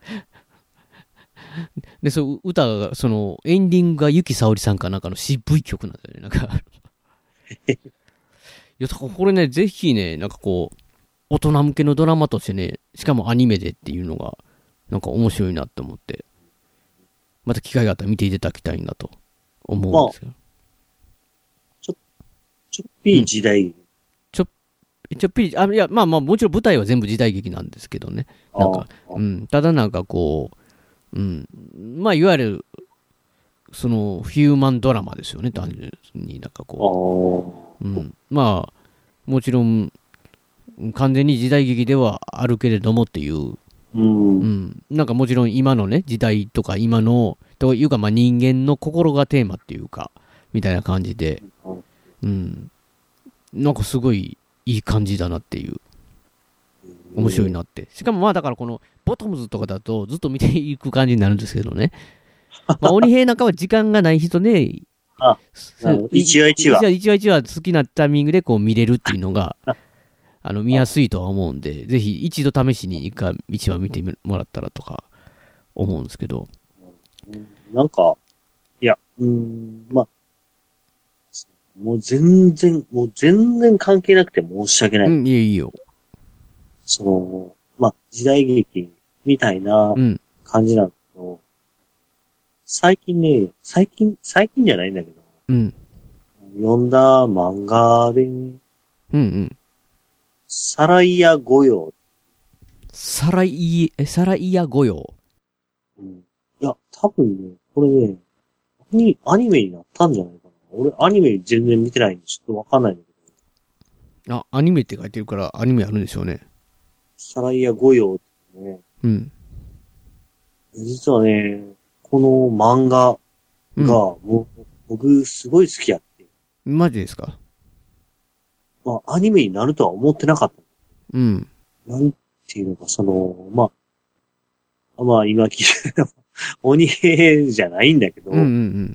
で、そう、歌が、その、エンディングがゆきさおりさんかなんかの渋い曲なんだよね、なんか。いや、だからこれね、ぜひね、なんかこう、大人向けのドラマとしてね、しかもアニメでっていうのが、なんか面白いなって思って、また機会があったら見ていただきたいなと思うんですけど。まあ、 ちょ、ちょっぴり時代劇、うん。 ちょ、ちょっぴり、あ、いや、まあまあ、もちろん舞台は全部時代劇なんですけどね。なんか、うん、ただなんかこう、うん。まあ、いわゆる、その、ヒューマンドラマですよね、単純になんかこう。うん。まあ、もちろん、完全に時代劇ではあるけれどもっていう、うん。うん、なんかもちろん今のね、時代とか今の、というか、まあ人間の心がテーマっていうか、みたいな感じで、うん。なんかすごいいい感じだなっていう。面白いなって。しかもまあだからこのボトムズとかだとずっと見ていく感じになるんですけどね。まあ鬼平なんかは時間がない人で、 あ、一話一話。 一話一話好きなタイミングでこう見れるっていうのが、あの見やすいとは思うんで、ぜひ一度試しに一回一話見てもらったらとか思うんですけど。 なんか、いや、うーん、まあ、もう全然、もう全然関係なくて申し訳ない。 うん、いいよいいよ。 その、まあ、時代劇みたいな感じなんだけど、うん、最近ね、最近、最近じゃないんだけど、 うん、 読んだ漫画で、うんうん、 サライヤ御用。 サライ、え、サライヤ御用。 うん。いや、多分ね、これね、アニ、アニメになったんじゃないかな。俺、アニメ全然見てないんで、ちょっとわかんないんだけど。あ、アニメって書いてるから、アニメあるんでしょうね。 サライヤ御用ってね。 うん。 実はね、この漫画が、もう、うん、僕、すごい好きやって。 マジですか？ まあ、アニメになるとは思ってなかった。 うん。 なんていうのか、その、まあ、まあ、今聞いて、鬼平じゃないんだけど、 うんうんうん、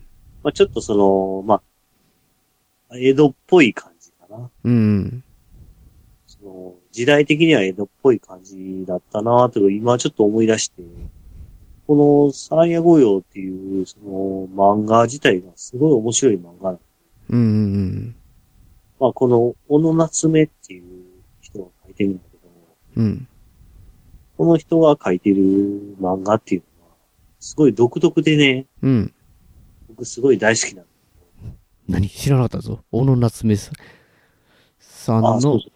まあ、ちょっとその、まあ、江戸っぽい感じかな。 うん、うん。 その時代的には江戸っぽい感じだったなと今ちょっと思い出して、このサライヤ御用っていうその漫画自体がすごい面白い漫画。 うんうんうん。 まあこの小野夏目っていう人が書いてるんだけど、 うん。 この人が書いてる漫画っていうのはすごい独特でね、 うん。 僕すごい大好きなんだ。 何知らなかったぞ。小野夏目さんの。 あ、そうそう。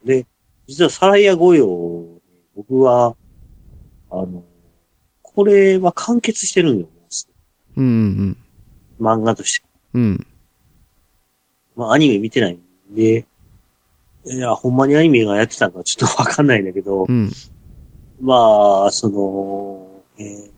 で、実はサライヤ御用、僕は、あの、これは完結してるんよ。 うんうんうん。 漫画として。 うん。 まあアニメ見てないんで、いや、ほんまにアニメがやってたのかちょっとわかんないんだけど、 うん、 まあ、その、えー、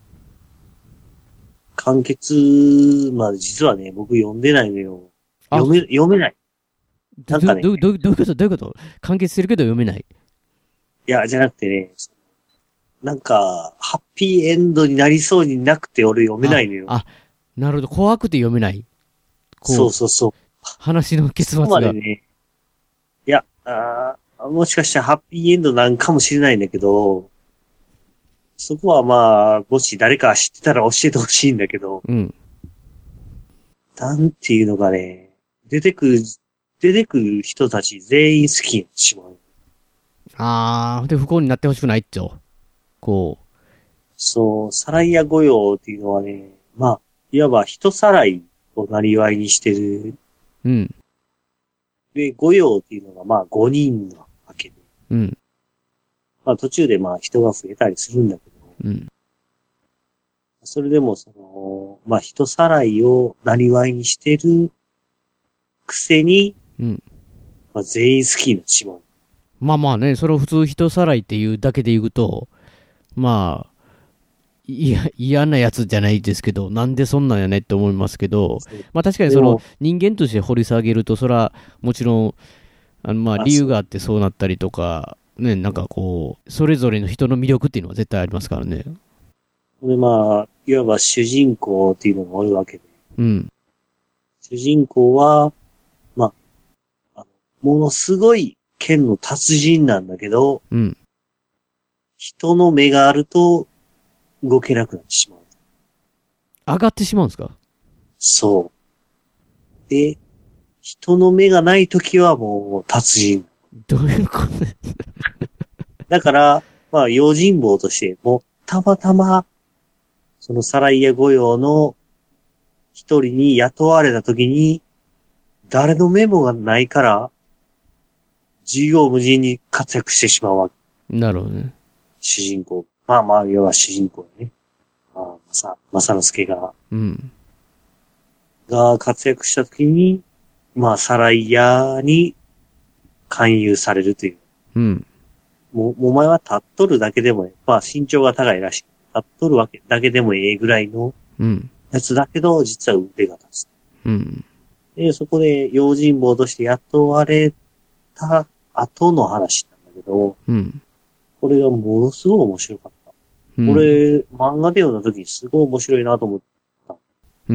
完結、まあ実はね、僕読んでないのよ。読め、読めない。 なんかね。ど、ど、どういうことどういうこと完結してるけど読めない。 いや、じゃなくてね、なんか、ハッピーエンドになりそうになくて俺読めないのよ。 あ、あなるほど。怖くて読めない。 そうそうそう。 話の結末が。 そこまでね。いや、あもしかしたらハッピーエンドなんかもしれないんだけど、そこはまあ、もし誰か知ってたら教えてほしいんだけど、 うん。 なんていうのがね、出てくる、出てくる人たち全員好きになってしまう。 あー、で、不幸になってほしくないっちょ。こう。 そう、サライヤ御用っていうのはね、まあ、いわば人さらいをなりわいにしてる。 うん。 で、御用っていうのがまあごにんなわけで。 うん。 まあ途中でまあ人が増えたりするんだけど。うん。 それでもその、まあ人さらいをなりわいにしてるくせに、 うん。 まあ全員好きになってしまう。 まあまあね、それを普通人さらいっていうだけで言うと、まあ、 いや、嫌なやつじゃないですけど、なんでそんなんやねって思いますけど、まあ確かにその人間として掘り下げると、それはもちろん、あのまあ理由があってそうなったりとか、ね、なんかこう、それぞれの人の魅力っていうのは絶対ありますからね。 で、まあ、いわば主人公っていうのがおるわけで。 うん。 主人公は、まあ、あのものすごい剣の達人なんだけど、 うん。 人の目があると動けなくなってしまう。 上がってしまうんですか？ そう。で、人の目がないときはもう達人。 どういうことですだから、まあ、用心棒として、もう、たまたま、そのサライヤ御用の一人に雇われたときに、誰のメモがないから、授業無尽に活躍してしまうわけ。 なるほどね。 主人公。まあまあ、要は主人公ね。まあ、まさ、まさのすけが、 うん。 が活躍したときに、まあ、サライヤに勧誘されるという。 うん。 もう、お前は立っとるだけでも、まあ身長が高いらしい。立っとるわけだけでもええぐらいのやつだけど、実は腕が立つ。 うん。 で、そこで用心棒として雇われた後の話なんだけど、 うん。これがものすごい面白かった。うん、俺、漫画で読んだ時にすごい面白いなと思った。 うん。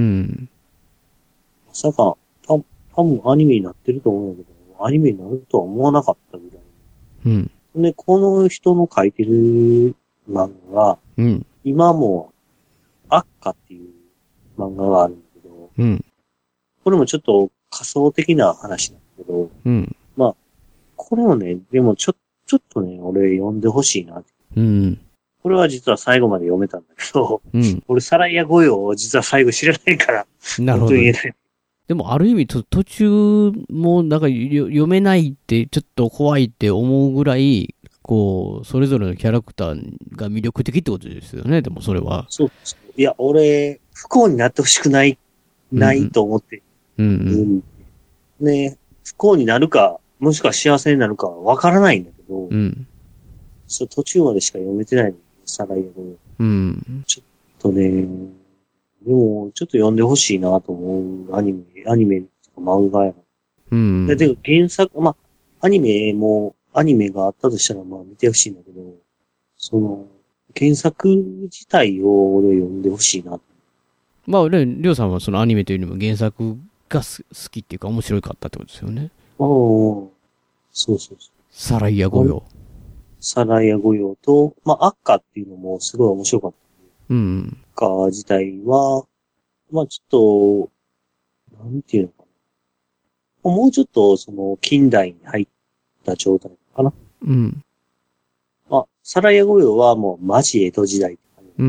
まさか、た、多分アニメになってると思うんだけど、アニメになるとは思わなかったぐらい。 うん。 で、この人の書いてる漫画が、 うん、 今も、アッカっていう漫画があるんだけど、 うん、 これもちょっと仮想的な話なんだけど、 うん、 まあ、これをね、でもちょ、ちょっとね、俺読んでほしいなって、 うん。 これは実は最後まで読めたんだけど、 うん、 俺サライヤ御用を実は最後知らないから、 なるほど。言えない。でもある意味と途中もなんか読めないってちょっと怖いって思うぐらい、こう、それぞれのキャラクターが魅力的ってことですよね、でもそれは。 そうそう。いや、俺、不幸になってほしくない、ないと思って。 うんうん。 うん、ね、不幸になるか、もしくは幸せになるかわからないんだけど、 うん。 そう、途中までしか読めてないのに、サライヤ御用。 うん。 ちょっとね、でも、ちょっと読んでほしいなと思うアニメ、アニメとか漫画や。 うん。 で、で原作、まあ、アニメも、アニメがあったとしたら、まあ見てほしいんだけど、その、原作自体を俺読んでほしいな。 まあ、りょうさんはそのアニメというよりも原作が好きっていうか面白かったってことですよね。 ああ、そうそうそう。 サライヤ御用。 サライヤ御用と、まあ、アッカっていうのもすごい面白かった。 うん。 アッカ自体は、まあちょっと、なんていうのかな。もうちょっと、その、近代に入った状態かな。 うん。 まあ、サライヤ御用はもうマジ江戸時代。 うん。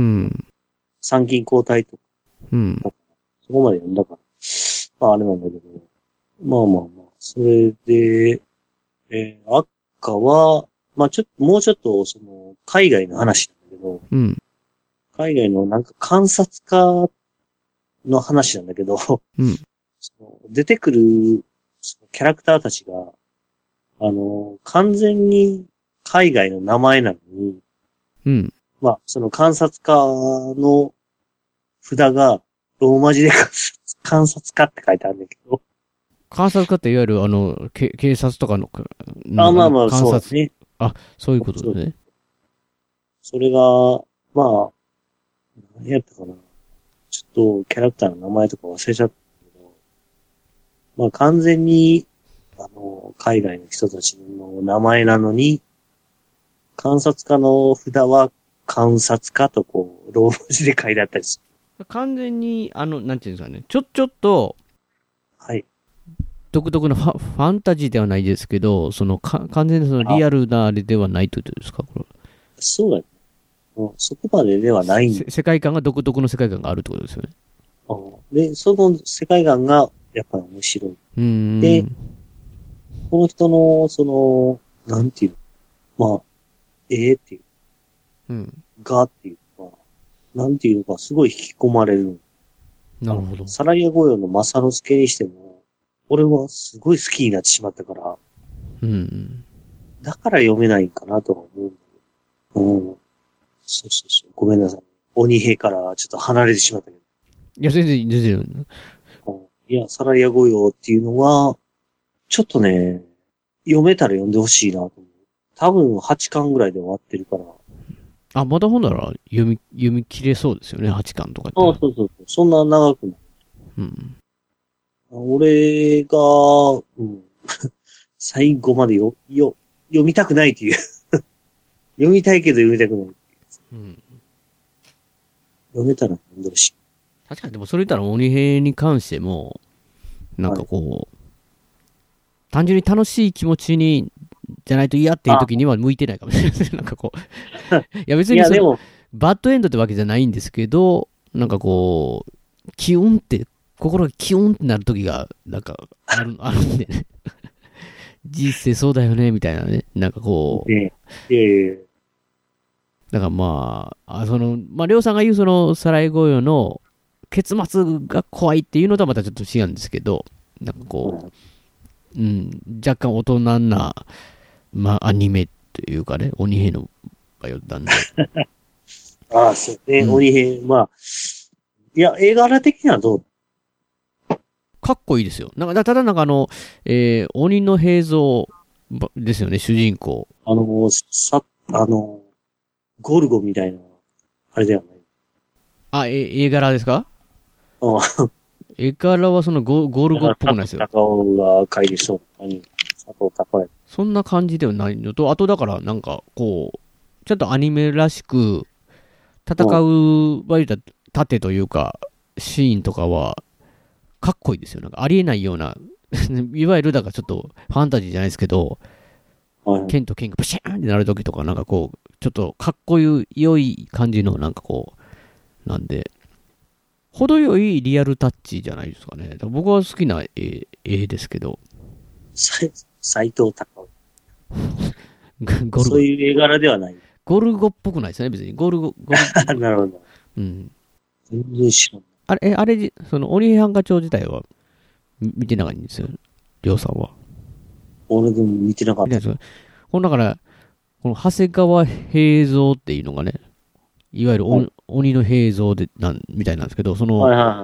参勤交代とか。 うん。 そこまで読んだから。まああれなんだけど。まあまあまあ。それで、えー、アッカは、まあちょっと、もうちょっと、その、海外の話なんだけど。 うん。 海外のなんか観察家の話なんだけど。 うん。 その出てくるそのキャラクターたちが、あの、完全に海外の名前なのに、 うん。 まあ、その観察家の札がローマ字で観察家って書いてあるんだけど。 観察家っていわゆるあの、け警察とかの、 のあ、まあまあ、そうですね。 あ、そういうことですね。 それが、まあ、何やったかな。ちょっとキャラクターの名前とか忘れちゃったけど、まあ完全に、あの、海外の人たちの名前なのに、観察家の札は観察家とこう、ローマ字で書いてあったりする。完全に、あの、なんていうんですかね、ちょ、ちょっと、 はい。 独特のファ、ファンタジーではないですけど、その、か、完全にそのリアルなあれではないということですか、これ。 そうだね。そこまでではないんで。 世界観が独特の世界観があるってことですよね。 で、その世界観がやっぱり面白い。 うん。 で、この人の、その、なんていう、まあ、ええー、っていう。 うん。 がっていうか、なんていうか、すごい引き込まれる。 なるほど。 サライヤ御用の正之助にしても、俺はすごい好きになってしまったから。 うん。 だから読めないかなとは思う。うん。そうそうそう。ごめんなさい。 鬼兵からちょっと離れてしまったけど。 いや、全然、全然。 いや、サライヤ御用っていうのは、ちょっとね、読めたら読んでほしいなと思う。多分はちかんぐらいで終わってるから。 あ、まだほんなら読み、読み切れそうですよね、はちかんとかって。 ああ、そうそうそう。そんな長くない。 うん。 俺が、うん、最後までよ、よ、読みたくないっていう。読みたいけど読みたくないっていう。うん。読めたら読んでほしい。 確かに、でもそれ言ったら鬼平に関しても、なんかこう、はい、単純に楽しい気持ちに、じゃないと嫌っていう時には向いてないかもしれないですね。なんかこう。いや別にそのバッドエンドってわけじゃないんですけど、なんかこう、キュンって、心がキュンってなる時が、なんか、ある、あるんでね。人生そうだよね、みたいなね。なんかこう。ええええ。だからまあ、あその、まあ、りょうさんが言うその、サライゴヨの結末が怖いっていうのとはまたちょっと違うんですけど、なんかこう、うん、若干大人な、まあ、アニメというかね、鬼平のバイオなんで。 ああ、そうね、うん、鬼平、まあ、いや、映画ら的にはどうかっこいいですよ。なんかただなんかあの、えー、鬼の平蔵ですよね、主人公。 あの、さ、あの、ゴルゴみたいな、あれだよね。 あ、え、絵柄ですか？ ああ。 絵柄はそのゴ、ゴルゴっぽくないですよ。 高尾が書いてそう。佐藤高い。 そんな感じではないのと、あとだからなんかこう、ちょっとアニメらしく、戦う、割と盾というか、シーンとかは、かっこいいですよ。なんかありえないような、いわゆるだからちょっとファンタジーじゃないですけど、はい、剣と剣がプシャーンってなるときとか、なんかこう、ちょっとかっこよい感じの、なんかこう、なんで、程よいリアルタッチじゃないですかね。僕は好きな絵、絵ですけど。 斎藤隆夫。 ゴルゴ。 そういう絵柄ではない。 ゴルゴっぽくないですね、別に。ゴルゴ、ゴルゴ。 なるほど。 うん。 全然知らん。 あれ、え、あれ、その、鬼平犯科帳自体は、見てないんですよ、りょうさんは。 俺でも見てなかった。 ほんだから、この長谷川平蔵っていうのがね、いわゆる、はい、鬼の平蔵で、なん、みたいなんですけど、その、はいはい、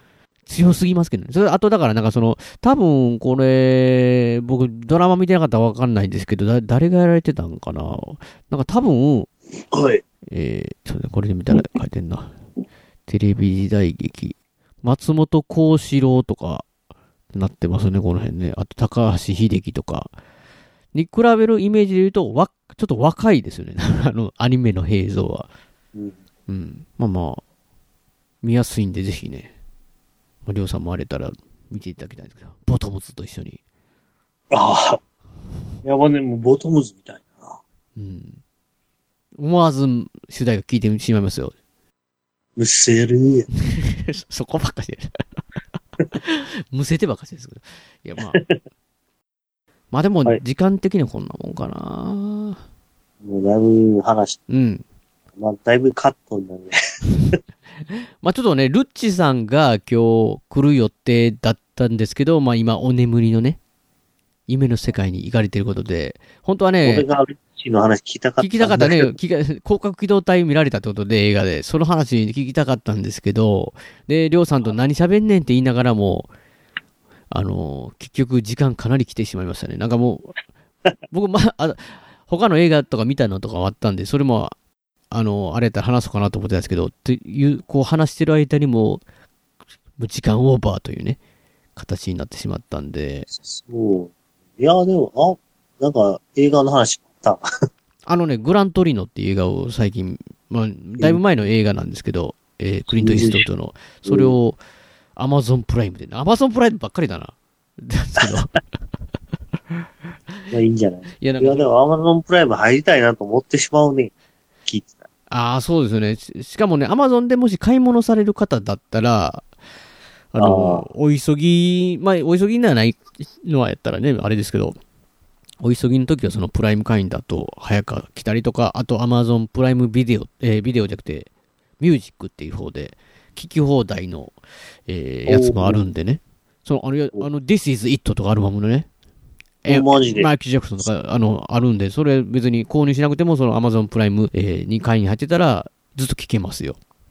強すぎますけどね。それ、あとだからなんかその、多分、これ、僕、ドラマ見てなかったらわかんないんですけど、だ、誰がやられてたんかな。なんか多分、 はい。 えー、ちょっとこれで見たら書いてんな。テレビ時代劇。松本幸四郎とか、なってますね、この辺ね。あと、高橋秀樹とか。に比べるイメージで言うと、わ、ちょっと若いですよね。あの、アニメの平蔵は。うんうん。まあまあ、見やすいんで、ぜひね、りょうさんもあれたら見ていただきたいんですけど、ボトムズと一緒に。 ああ。いや、まあね、もうボトムズみたいな。 うん。思わず主題が聞いてしまいますよ。 むせるー。 そこばっかしで。むせてばっかしですけど。いや、まあ。まあでも、時間的にはこんなもんかな。 もうだいぶ話。 うん。 まあ、だいぶカットになるね。 まあちょっとね、ルッチさんが今日来る予定だったんですけど、まあ今お眠りのね、夢の世界に行かれていることで、本当はね、 俺がルッチの話聞きたかった。 聞きたかったね。聞か広角機動隊見られたってことで映画で、その話聞きたかったんですけど、で、りょうさんと何喋んねんって言いながらも、あの、結局時間かなり来てしまいましたね。なんかもう、僕、まあ、他の映画とか見たのとかもあったんで、それも、あの、あれやったら話そうかなと思ってたんですけど、っていう、こう話してる間にも、時間オーバーというね、形になってしまったんで。 そう。いや、でも、あ、なんか映画の話あった。 あのね、グラントリノっていう映画を最近、まあ、だいぶ前の映画なんですけど、えー、クリント・イーストウッドの、それを、アマゾンプライムで、アマゾンプライムばっかりだな。ですけど。 まあいいんじゃない？いや、なんかいやでもアマゾンプライム入りたいなと思ってしまうね。聞いてた。 ああ、そうですよね。しかもね、アマゾンでもし買い物される方だったら、あの、あお急ぎ、まあ、お急ぎではないのはやったらね、あれですけど、お急ぎの時はそのプライム会員だと早く来たりとか、あとアマゾンプライムビデオ、えー、ビデオじゃなくて、ミュージックっていう方で、聞き放題の、えー、やつもあるんでね。その、あの、あの This is It とかアルバムのね。 え、マジでマイケル・ジャクソンとか、あの、あるんで、それ別に購入しなくても、その Amazon プライム、えー、に会員入ってたら、ずっと聞けますよ。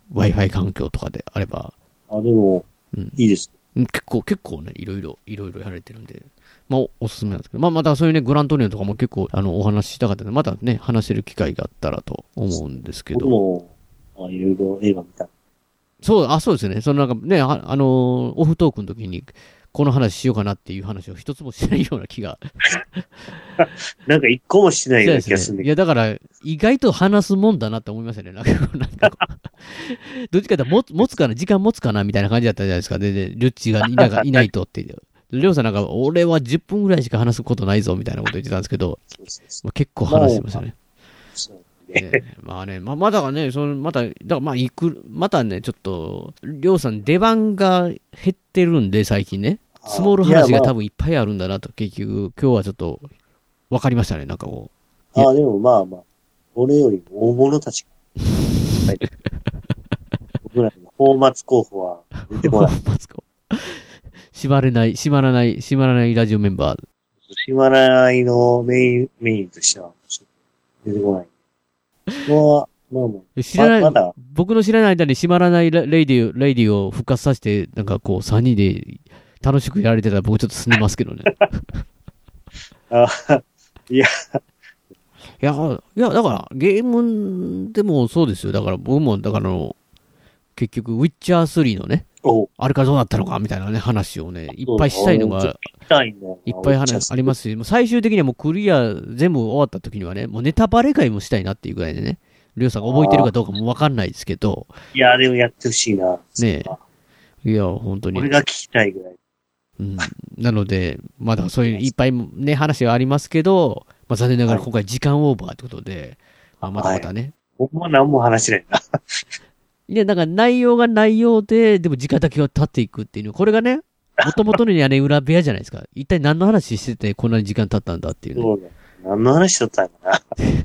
Wi-Fi 環境とかであれば。 あ、でも、うん、いいです。 結構、結構ね、いろいろ、いろいろやられてるんで、まあ、お、おすすめなんですけど、まあ、またそういうね、グラントリノとかも結構、あの、お話ししたかったので、またね、話せる機会があったらと思うんですけど。 僕も、あ、いろいろ映画見た。 そう、あ、そうですね。そのなんかね、あ、あのー、オフトークの時に、この話しようかなっていう話を一つもしないような気が。 なんか一個もしないような気がするんだけど。 いや、だから、意外と話すもんだなって思いましたね。なんか、なんかどっちかというと、持つかな、時間持つかなみたいな感じだったじゃないですか。で、で、リュッチがいながいないとって。りょうさんなんか、俺はじゅっぷんぐらいしか話すことないぞみたいなこと言ってたんですけど、そうそうそう、まあ、結構話してましたね。ね、まあね、まあ、まだね、その、また、だからまあ、いく、またね、ちょっと、りょうさん出番が減ってるんで、最近ね。積もる話が多分いっぱいあるんだなと、結局、今日はちょっと、わかりましたね、なんかこう。ああ、でもまあまあ、俺より大物たちが。はい、僕らの泡沫候補は出てこない。 縛れない、縛らない、縛らないラジオメンバー。 縛らないのメイン、メインとしては、出てこない。まあ、まあまあ。 知らない、まだ僕の知らない間に縛らないレイディオ、レイディオを復活させて、なんかこう、さんにんで楽しくやられてたら僕ちょっとすみますけどね。 あいや。 いや、いや、だから、ゲームでもそうですよ。だから僕も、だからの、結局、ウィッチャースリーのね、あれからどうなったのかみたいなね、話をね、いっぱいしたいのが、いっぱい話ありますし、最終的にはもうクリア全部終わった時にはね、もうネタバレ会もしたいなっていうぐらいでね、りょうさんが覚えてるかどうかもわかんないですけど。 いや、でもやってほしいな。 ねえ。いや、本当に。 俺が聞きたいぐらい。 うん。なので、まだそういういっぱいね、話はありますけど、まあ残念ながら今回時間オーバーってことで、まあまたまたね。 僕も何も話しないな。 いや、だから内容が内容で、でも時間だけを経っていくっていうの、これがね、もともとの屋根裏部屋じゃないですか。一体何の話しててこんなに時間経ったんだっていうね。 そうだ。何の話しとったんかな。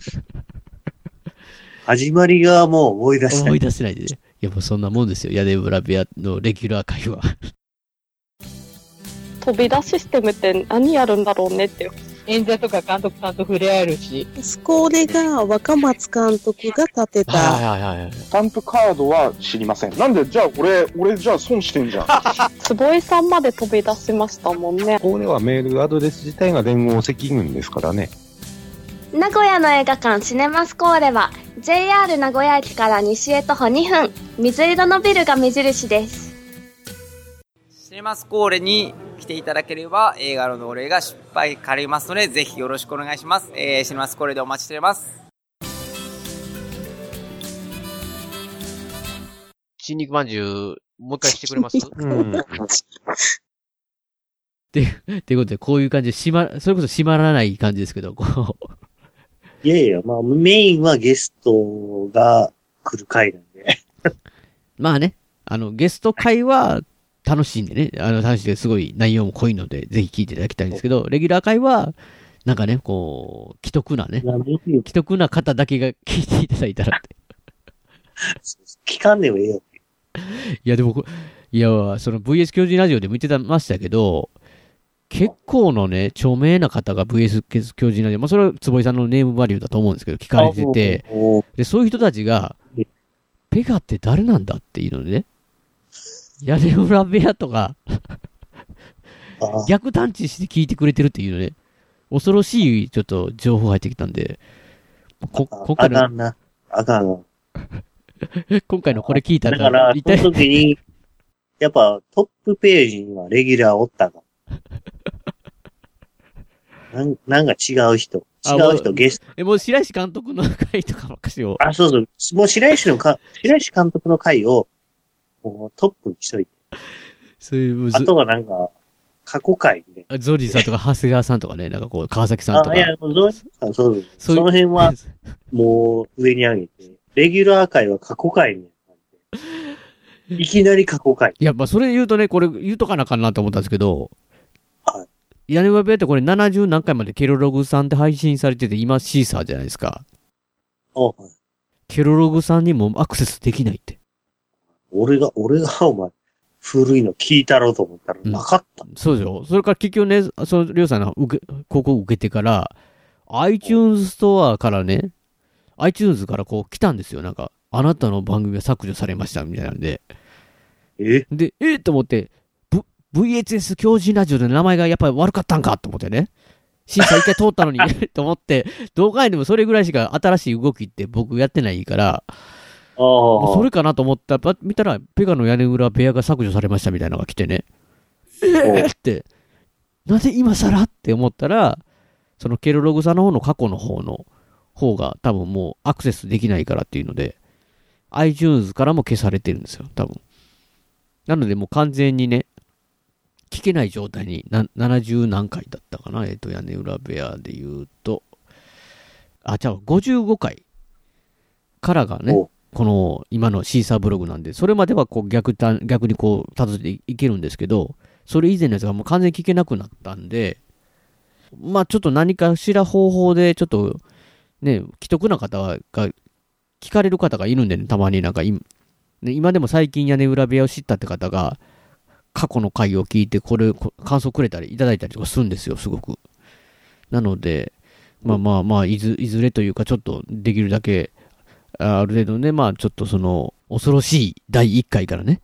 始まりがもう思い出せない。 思い出せないでね。いや、もうそんなもんですよ。屋根裏部屋のレギュラー会は。 飛び出システムって何やるんだろうねって。 演者とか監督さんと触れ合えるし。 これが若松監督が立てた。 はいはいはい。スタンプカードは知りません。なんでじゃあ俺、俺じゃあ損してんじゃん。 坪井さんまで飛び出しましたもんね。 これはメールアドレス自体が連合赤軍ですからね。 名古屋の映画館シネマスコーレは ジェイアール 名古屋駅から西へ徒歩にふん、水色のビルが目印です。 シネマスコーレに来ていただければ映画の同例が失敗かりますので、ぜひよろしくお願いします。えー、シネマスコーレでお待ちしております。 新肉まんじゅうもう一回してくれます？うんで、っていうことで、こういう感じで、しま、それこそ閉まらない感じですけど、こう。 いやいや、まあ、メインはゲストが来る回なんで。 まあね、あの、ゲスト回は楽しいんでね、あの、楽しいですごい内容も濃いので、ぜひ聞いていただきたいんですけど、レギュラー回は、なんかね、こう、既得なね、既得な方だけが聞いていただいたらって。 聞かんでもええよ。 いや、でも、いや、その ブイエス 教授ラジオでも言ってましたけど、結構のね、著名な方が ブイエス 教授ラジオ、まあそれは坪井さんのネームバリューだと思うんですけど、聞かれてて、で、そういう人たちが、ペガって誰なんだっていうのでね、屋根裏部屋とか、逆探知して聞いてくれてるっていうのね、恐ろしいちょっと情報入ってきたんで、こ、今回の、 あかんな。あかんな。 今回のこれ聞いたら、 だから、その時に、やっぱトップページにはレギュラーおったか。なん、なんか違う人。違う人、ゲスト。 え、もう白石監督の回とかばっかしを。 あ、そうそう。もう白石のか、白石監督の回を、もうトップにしといて。 そういう、 あとはなんか、過去回で。 ゾリーさんとか長谷川さんとかね、なんかこう、川崎さんとか。 あ、いや、ゾリーさん、そうそう。その辺は、もう上に上げて、レギュラー回は過去回に。いきなり過去回。 いや、まあ、それ言うとね、これ言うとかなあかんなと思ったんですけど、はい。屋根裏部屋ってこれななじゅう何回までケロログさんで配信されてて、今シーサーじゃないですか。 あ、はい。 ケロログさんにもアクセスできないって。 俺が、俺がお前、古いの聞いたろうと思ったらなかった、 うん。そうですよ。それから結局ね、その、りょうさんの受け、ここ受けてから、iTunes ストアからね、iTunes からこう来たんですよ。なんか、 あなたの番組は削除されましたみたいなんで。 えで、えー、と思って、v、ブイエイチエス 強靭ラジオで名前がやっぱり悪かったんかと思ってね。審査一回通ったのにと思って、動画でもそれぐらいしか新しい動きって僕やってないから、あそれかなと思ったら、見たら、ペガの屋根裏部屋が削除されましたみたいなのが来てね。えーって、なんで今更って思ったら、そのケロログさんの方の過去の方の方が多分もうアクセスできないからっていうので、iTunes からも消されてるんですよ、多分。なのでもう完全にね、聞けない状態になななじゅう何回だったかな、えっと、屋根裏部屋で言うと、あ、じゃあごじゅうごかいからがね、この今のシーサーブログなんで、それまではこう逆た逆にこう、たどっていけるんですけど、それ以前のやつがもう完全に聞けなくなったんで、まあちょっと何かしら方法で、ちょっとね、既得な方が聞かれる方がいるんでね、たまになんか今、ね、今でも最近屋根裏部屋を知ったって方が、過去の回を聞いて、これ、感想くれたりいただいたりとかするんですよ、すごく。なので、まあまあまあ、いずいずれというか、ちょっとできるだけ、ある程度ね、まあちょっとその、恐ろしいだいいっかいからね。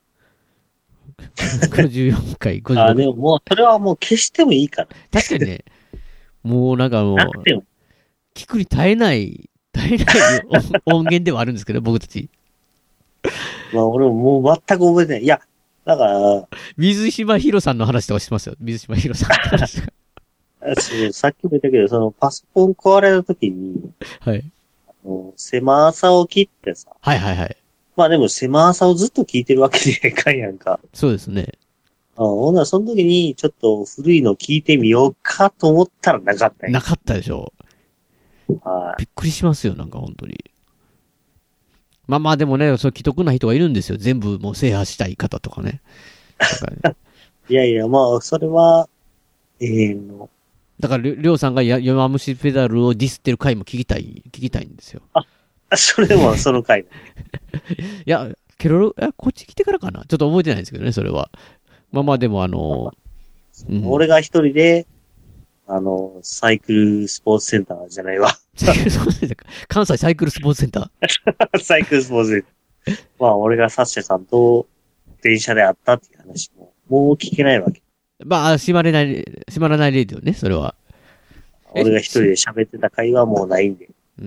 ごじゅうよんかい、ごじゅうごかい。 あ、でももう、それはもう消してもいいから。 確かにね、もうなんかもう、聞くに耐えない、耐えない音源ではあるんですけど、僕たち。 まあ俺ももう全く覚えてない。いや、だから、 水島ひろさんの話とかしてますよ。水島ひろさんの話とか。 そうさっきも言ったけど、そのパソコン壊れた時に、 はい。 あの狭さを切ってさ。 はいはいはい。 まあでも狭さをずっと聞いてるわけにはいかんやんか。 そうですね。 あほんならその時にちょっと古いの聞いてみようかと思ったらなかったんや。 なかったでしょ。 はい。 びっくりしますよ、なんか本当に。まあまあでもね、そう既得な人がいるんですよ。全部もう制覇したい方とかね。 ねいやいや、まあ、それは、ええの。 だから、りょうさんがや弱虫ペダルをディスってる回も聞きたい、聞きたいんですよ。 あ、それもその回。いや、ケロロ、え、こっち来てからかなちょっと覚えてないんですけどね、それは。まあまあでもあの、 うん、俺が一人で、あの、サイクルスポーツセンターじゃないわ。 関西サイクルスポーツセンターサイクルスポーツセンター。まあ、俺がサッシャさんと電車で会ったっていう話も、もう聞けないわけ。 まあ、閉まれない、閉まらないレディオね、それは。 俺が一人で喋ってた回はもうないんで。 うん。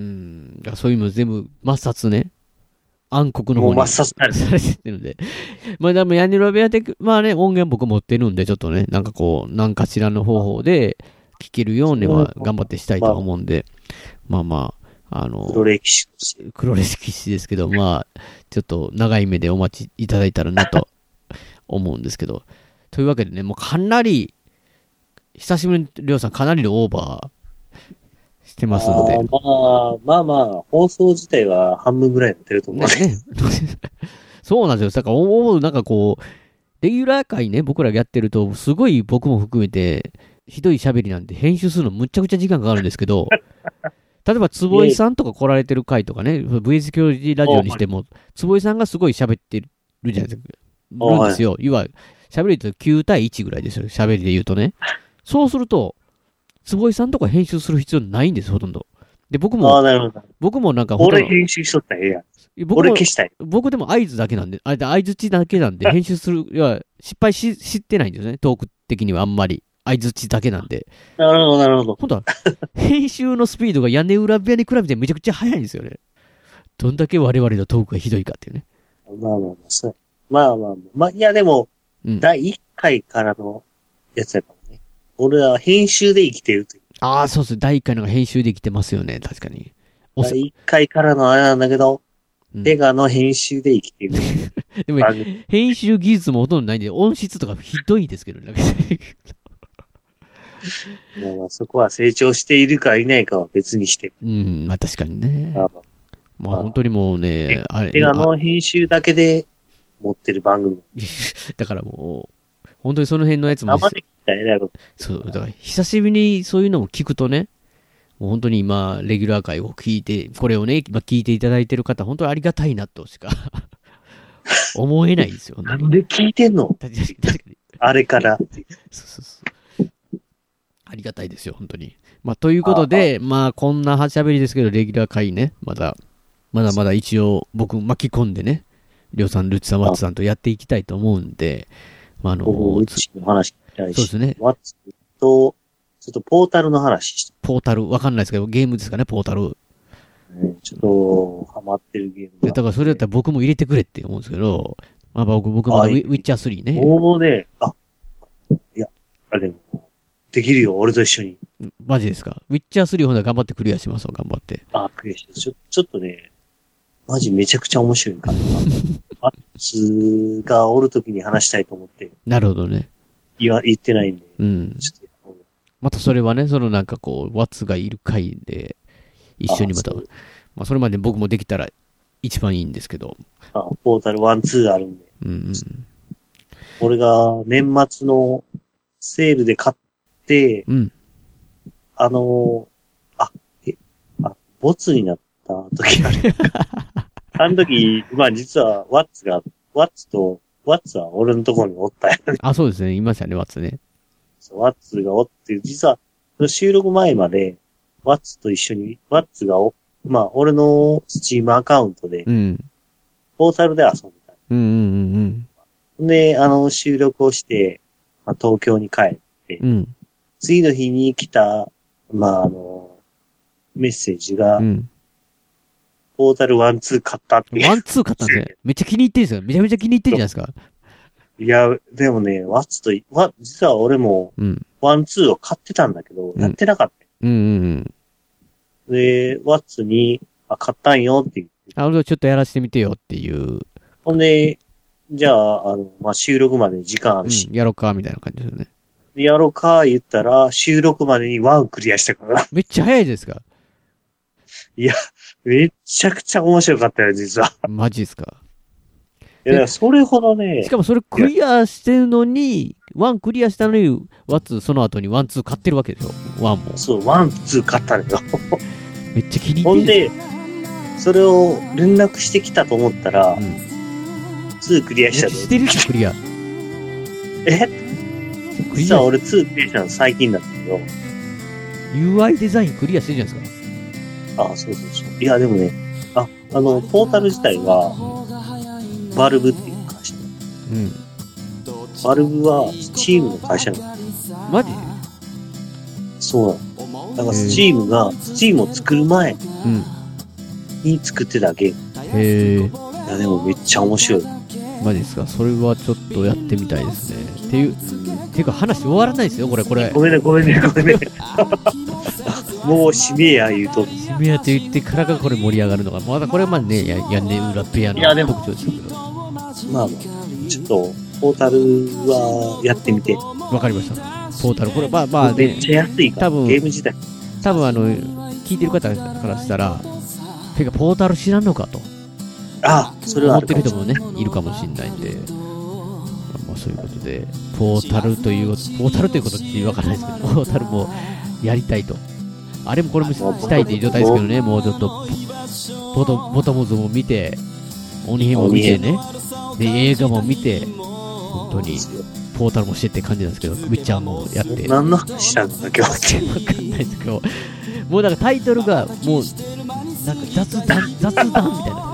そういうの全部、抹殺ね。暗黒の方に。 もう抹殺されてされてるんで。まあでも、屋根裏部屋で、まあね、音源僕持ってるんで、ちょっとね、なんかこう、何かしらの方法で、聞けるようには頑張ってしたいと思うんで、まあまあ、あの、 黒歴史。 黒歴史ですけど、まあ、ちょっと長い目でお待ちいただいたらなと思うんですけど、というわけでね、もうかなり、久しぶりにりょうさんかなりのオーバーしてますので。 あまあ、まあまあ、放送自体は半分ぐらいやってると思うね。 そうなんですよ。だから、なんかこう、レギュラー回ね、僕らがやってると、すごい僕も含めて、ひどい喋りなんで編集するのむっちゃくちゃ時間かかるんですけど、例えば坪井さんとか来られてる回とかね、ブイエス 教授ラジオにしても、坪井さんがすごい喋ってるじゃないですか。るんですよ。いわゆる、喋りときゅうたいいちぐらいですよ。喋りで言うとね。そうすると、坪井さんとか編集する必要ないんです、ほとんど。で、僕も、僕もなんか俺編集しとったらええやん。俺消したい。 僕でも合図だけなんで、あれで合図値だけなんで、編集する、いや、失敗し、知ってないんですよね。トーク的にはあんまり。相づちだけなんで。 なるほど、なるほど。 ほんとは、編集のスピードが屋根裏部屋に比べてめちゃくちゃ速いんですよね。どんだけ我々のトークがひどいかっていうね。 まあまあまあ、そう。まあまあまあ。まあ、いやでも、うん、だいいっかいからのやつやからね。俺は編集で生きてるという。 ああ、そうそう。だいいっかいのが編集で生きてますよね。確かに。 だいいっかいからのあれなんだけど、ペガの編集で生きてる。 でも、編集技術もほとんどないんで、音質とかひどいですけどね。 まあそこは成長しているかいないかは別にして。 うん、まあ確かにね。あまあ本当にもうね、 あれ。ペガの編集だけで持ってる番組。 だからもう、本当にその辺のやつも。 生で聞きたいね。 そう、だから久しぶりにそういうのも聞くとね、もう本当に今、レギュラー回を聞いて、これをね、まあ、聞いていただいてる方、本当にありがたいなとしか思えないですよ。 なんで聞いてんのあれから。そうそうそう。 ありがたいですよ、本当に。まあ、ということで、ああまあ、こんな喋りですけど、レギュラー回ね、また、 まだまだ一応僕巻き込んでね、りょうさん、ルッチさん、ワッツさんとやっていきたいと思うんで、まあ、あの、 うちの話聞きたいし。 そうですね。 ワッツと、ちょっとポータルの話して。 ポータル、わかんないですけど、ゲームですかね、ポータル。 ね、ちょっと、ハマってるゲーム。 だからそれだったら僕も入れてくれって思うんですけど、まあ僕、僕もウィッチャースリーね。 もうね、あ、いや、あれ、できるよ、俺と一緒に。 マジですか。ウィッチャースリーほんなら頑張ってクリアしますわ、頑張って。 あ、クリアして、ちょ、ちょっとね、マジめちゃくちゃ面白いから、ワッツがおるときに話したいと思って。 なるほどね。 言わ、言ってないんで。 うん。ちょっとまたそれはね、そのなんかこう、ワッツがいる回で、一緒にまた、あまあそれまで僕もできたら一番いいんですけど。 あ、ポータルワン、ツーあるんで。 うんうん。 俺が年末のセールで買って、 うん。 あのー、あ、え、あ、ボツになった時ある。あの時、まあ実はワッツが、ワッツと、ワッツは俺のところにおったよね。 あ、そうですね。いましたね、ワッツね。 ワッツがおって、実は、収録前まで、ワッツと一緒に、ワッツがお、まあ、俺のスチームアカウントで、 うん。 ポータルで遊んでた。 うんうんうんうん。で、あの、収録をして、まあ、東京に帰って、 うん。 次の日に来た、まあ、あの、メッセージが、うん。ポータルワン、ツー買ったって。 ワン、ツー買ったんですね。めっちゃ気に入ってるんですよ。めちゃめちゃ気に入ってるじゃないですか。 いや、でもね、ワッツと、わ、実は俺も、ワン、ツーを買ってたんだけど、うん、やってなかった。 うんうんうん。で、ワッツに、あ、買ったんよって言って。 あ、ちょっとやらせてみてよっていう。 ほんで、じゃあ、あの、まあ、収録まで時間あるし、 うん。やろうか、みたいな感じですよね。 やろうか、言ったら、収録までにワンクリアしたから。 めっちゃ早いですか？ いや、めちゃくちゃ面白かったよ、実は。 マジですか？ いや、それほどね。 しかもそれクリアしてるのに、ワンクリアしたのに、ワッツその後にワンツー買ってるわけでしょ、ワンも。 そう、ワンツー買ったのよ。 めっちゃ気に入ってる。 ほんで、それを連絡してきたと思ったら、うん、ツークリアしたの。 してるっけ、クリア。 え実は俺ツークリアしたの最近だったけど。 ユーアイ デザインクリアしてるじゃないですか。ああ、そうそうそう。いや、でもね、あ、あの、ポータル自体は、うん、バルブっていう会社。 うん。 バルブはスチームの会社なの。 マジ？ そうなの。だからスチームが、スチームを作る前に作ってたゲーム。 へー。 いや、でもめっちゃ面白い。 マジですか？それはちょっとやってみたいですね。っていう、っていうか話終わらないですよ、これ、これ。 ごめんね、ごめんね、ごめんね。もう締めや言うと。 締めやと言ってからがこれ盛り上がるのが、まだこれまでね、や、やね裏ペアの特徴ですけど。 まあ、ちょっと、ポータルはやってみて。 わかりました。ポータル、これ、まあまあね。 めっちゃ安いから、多分ゲーム自体。 多分あの、聞いてる方からしたら、てか、ポータル知らんのかと。 ああ、それは思ってる人もね、いるかもしれないんで。まあそういうことで、ポータルという、ポータルということってわからないですけど、ポータルもやりたいと。あれもこれもしたいっていう状態ですけどね、もうちょっと、ボト、ボトムズも見て、鬼編も見てね、で、映画も見て、本当に、ポータルもしてって感じなんですけど、ウィッチャーもやって。 何の話したんだっけ？わかんないですけど、もうだからタイトルが、もう、なんか雑談、雑談みたいな。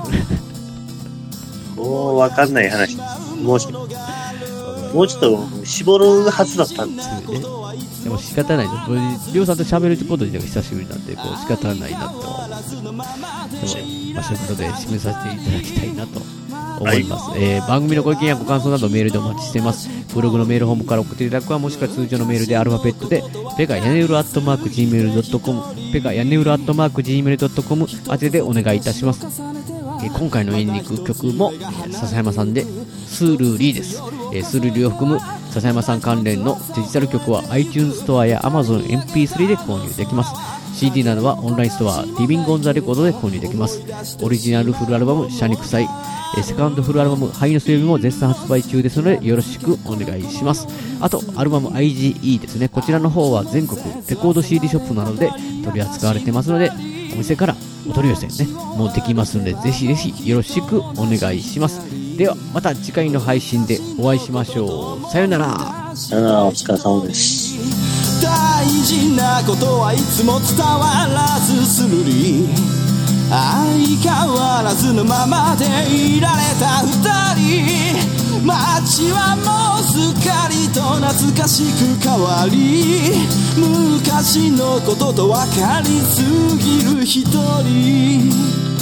もうわかんない話です。もうちょっと、もうちょっと絞るはずだったんですよね。 でも仕方ないです。りょうさんと喋ること自体が久しぶりなんで、こう仕方ないなとは思うんですけど。でも、まあ、そういうことで締めさせていただきたいなと思います。はい、えー、番組のご意見やご感想などメールでお待ちしています。ブログのメールホームから送っていただくか、もしくは通常のメールでアルファベットで、ペガヤネウルアットマーク ジーメールドットコム、ペガヤネウルアットマーク ジーメールドットコム 宛てでお願いいたします。えー、今回のエンディング曲も、えー、笹山さんで、スールーリーです。えー、スールーリーを含む笹山さん関連のデジタル曲は iTunes ストアや Amazon エムピースリー で購入できます。シーディー などはオンラインストア Living on the Record で購入できます。オリジナルフルアルバムシャニクサイ、えー、セカンドフルアルバムハイの水曜日も絶賛発売中ですのでよろしくお願いします。あとアルバム アイジーイー ですね、こちらの方は全国レコード シーディー ショップなどで取り扱われてますので、お店からお取り寄せねもうできますので、ぜひぜひよろしくお願いします。ではまた次回の配信でお会いしましょう。さよなら。 さよなら、お疲れ様です。 大事なことはいつも伝わらずするり、愛変わらずのままでいられた二人街はもうすっかりと懐かしく変わり昔のことと分かりすぎる一人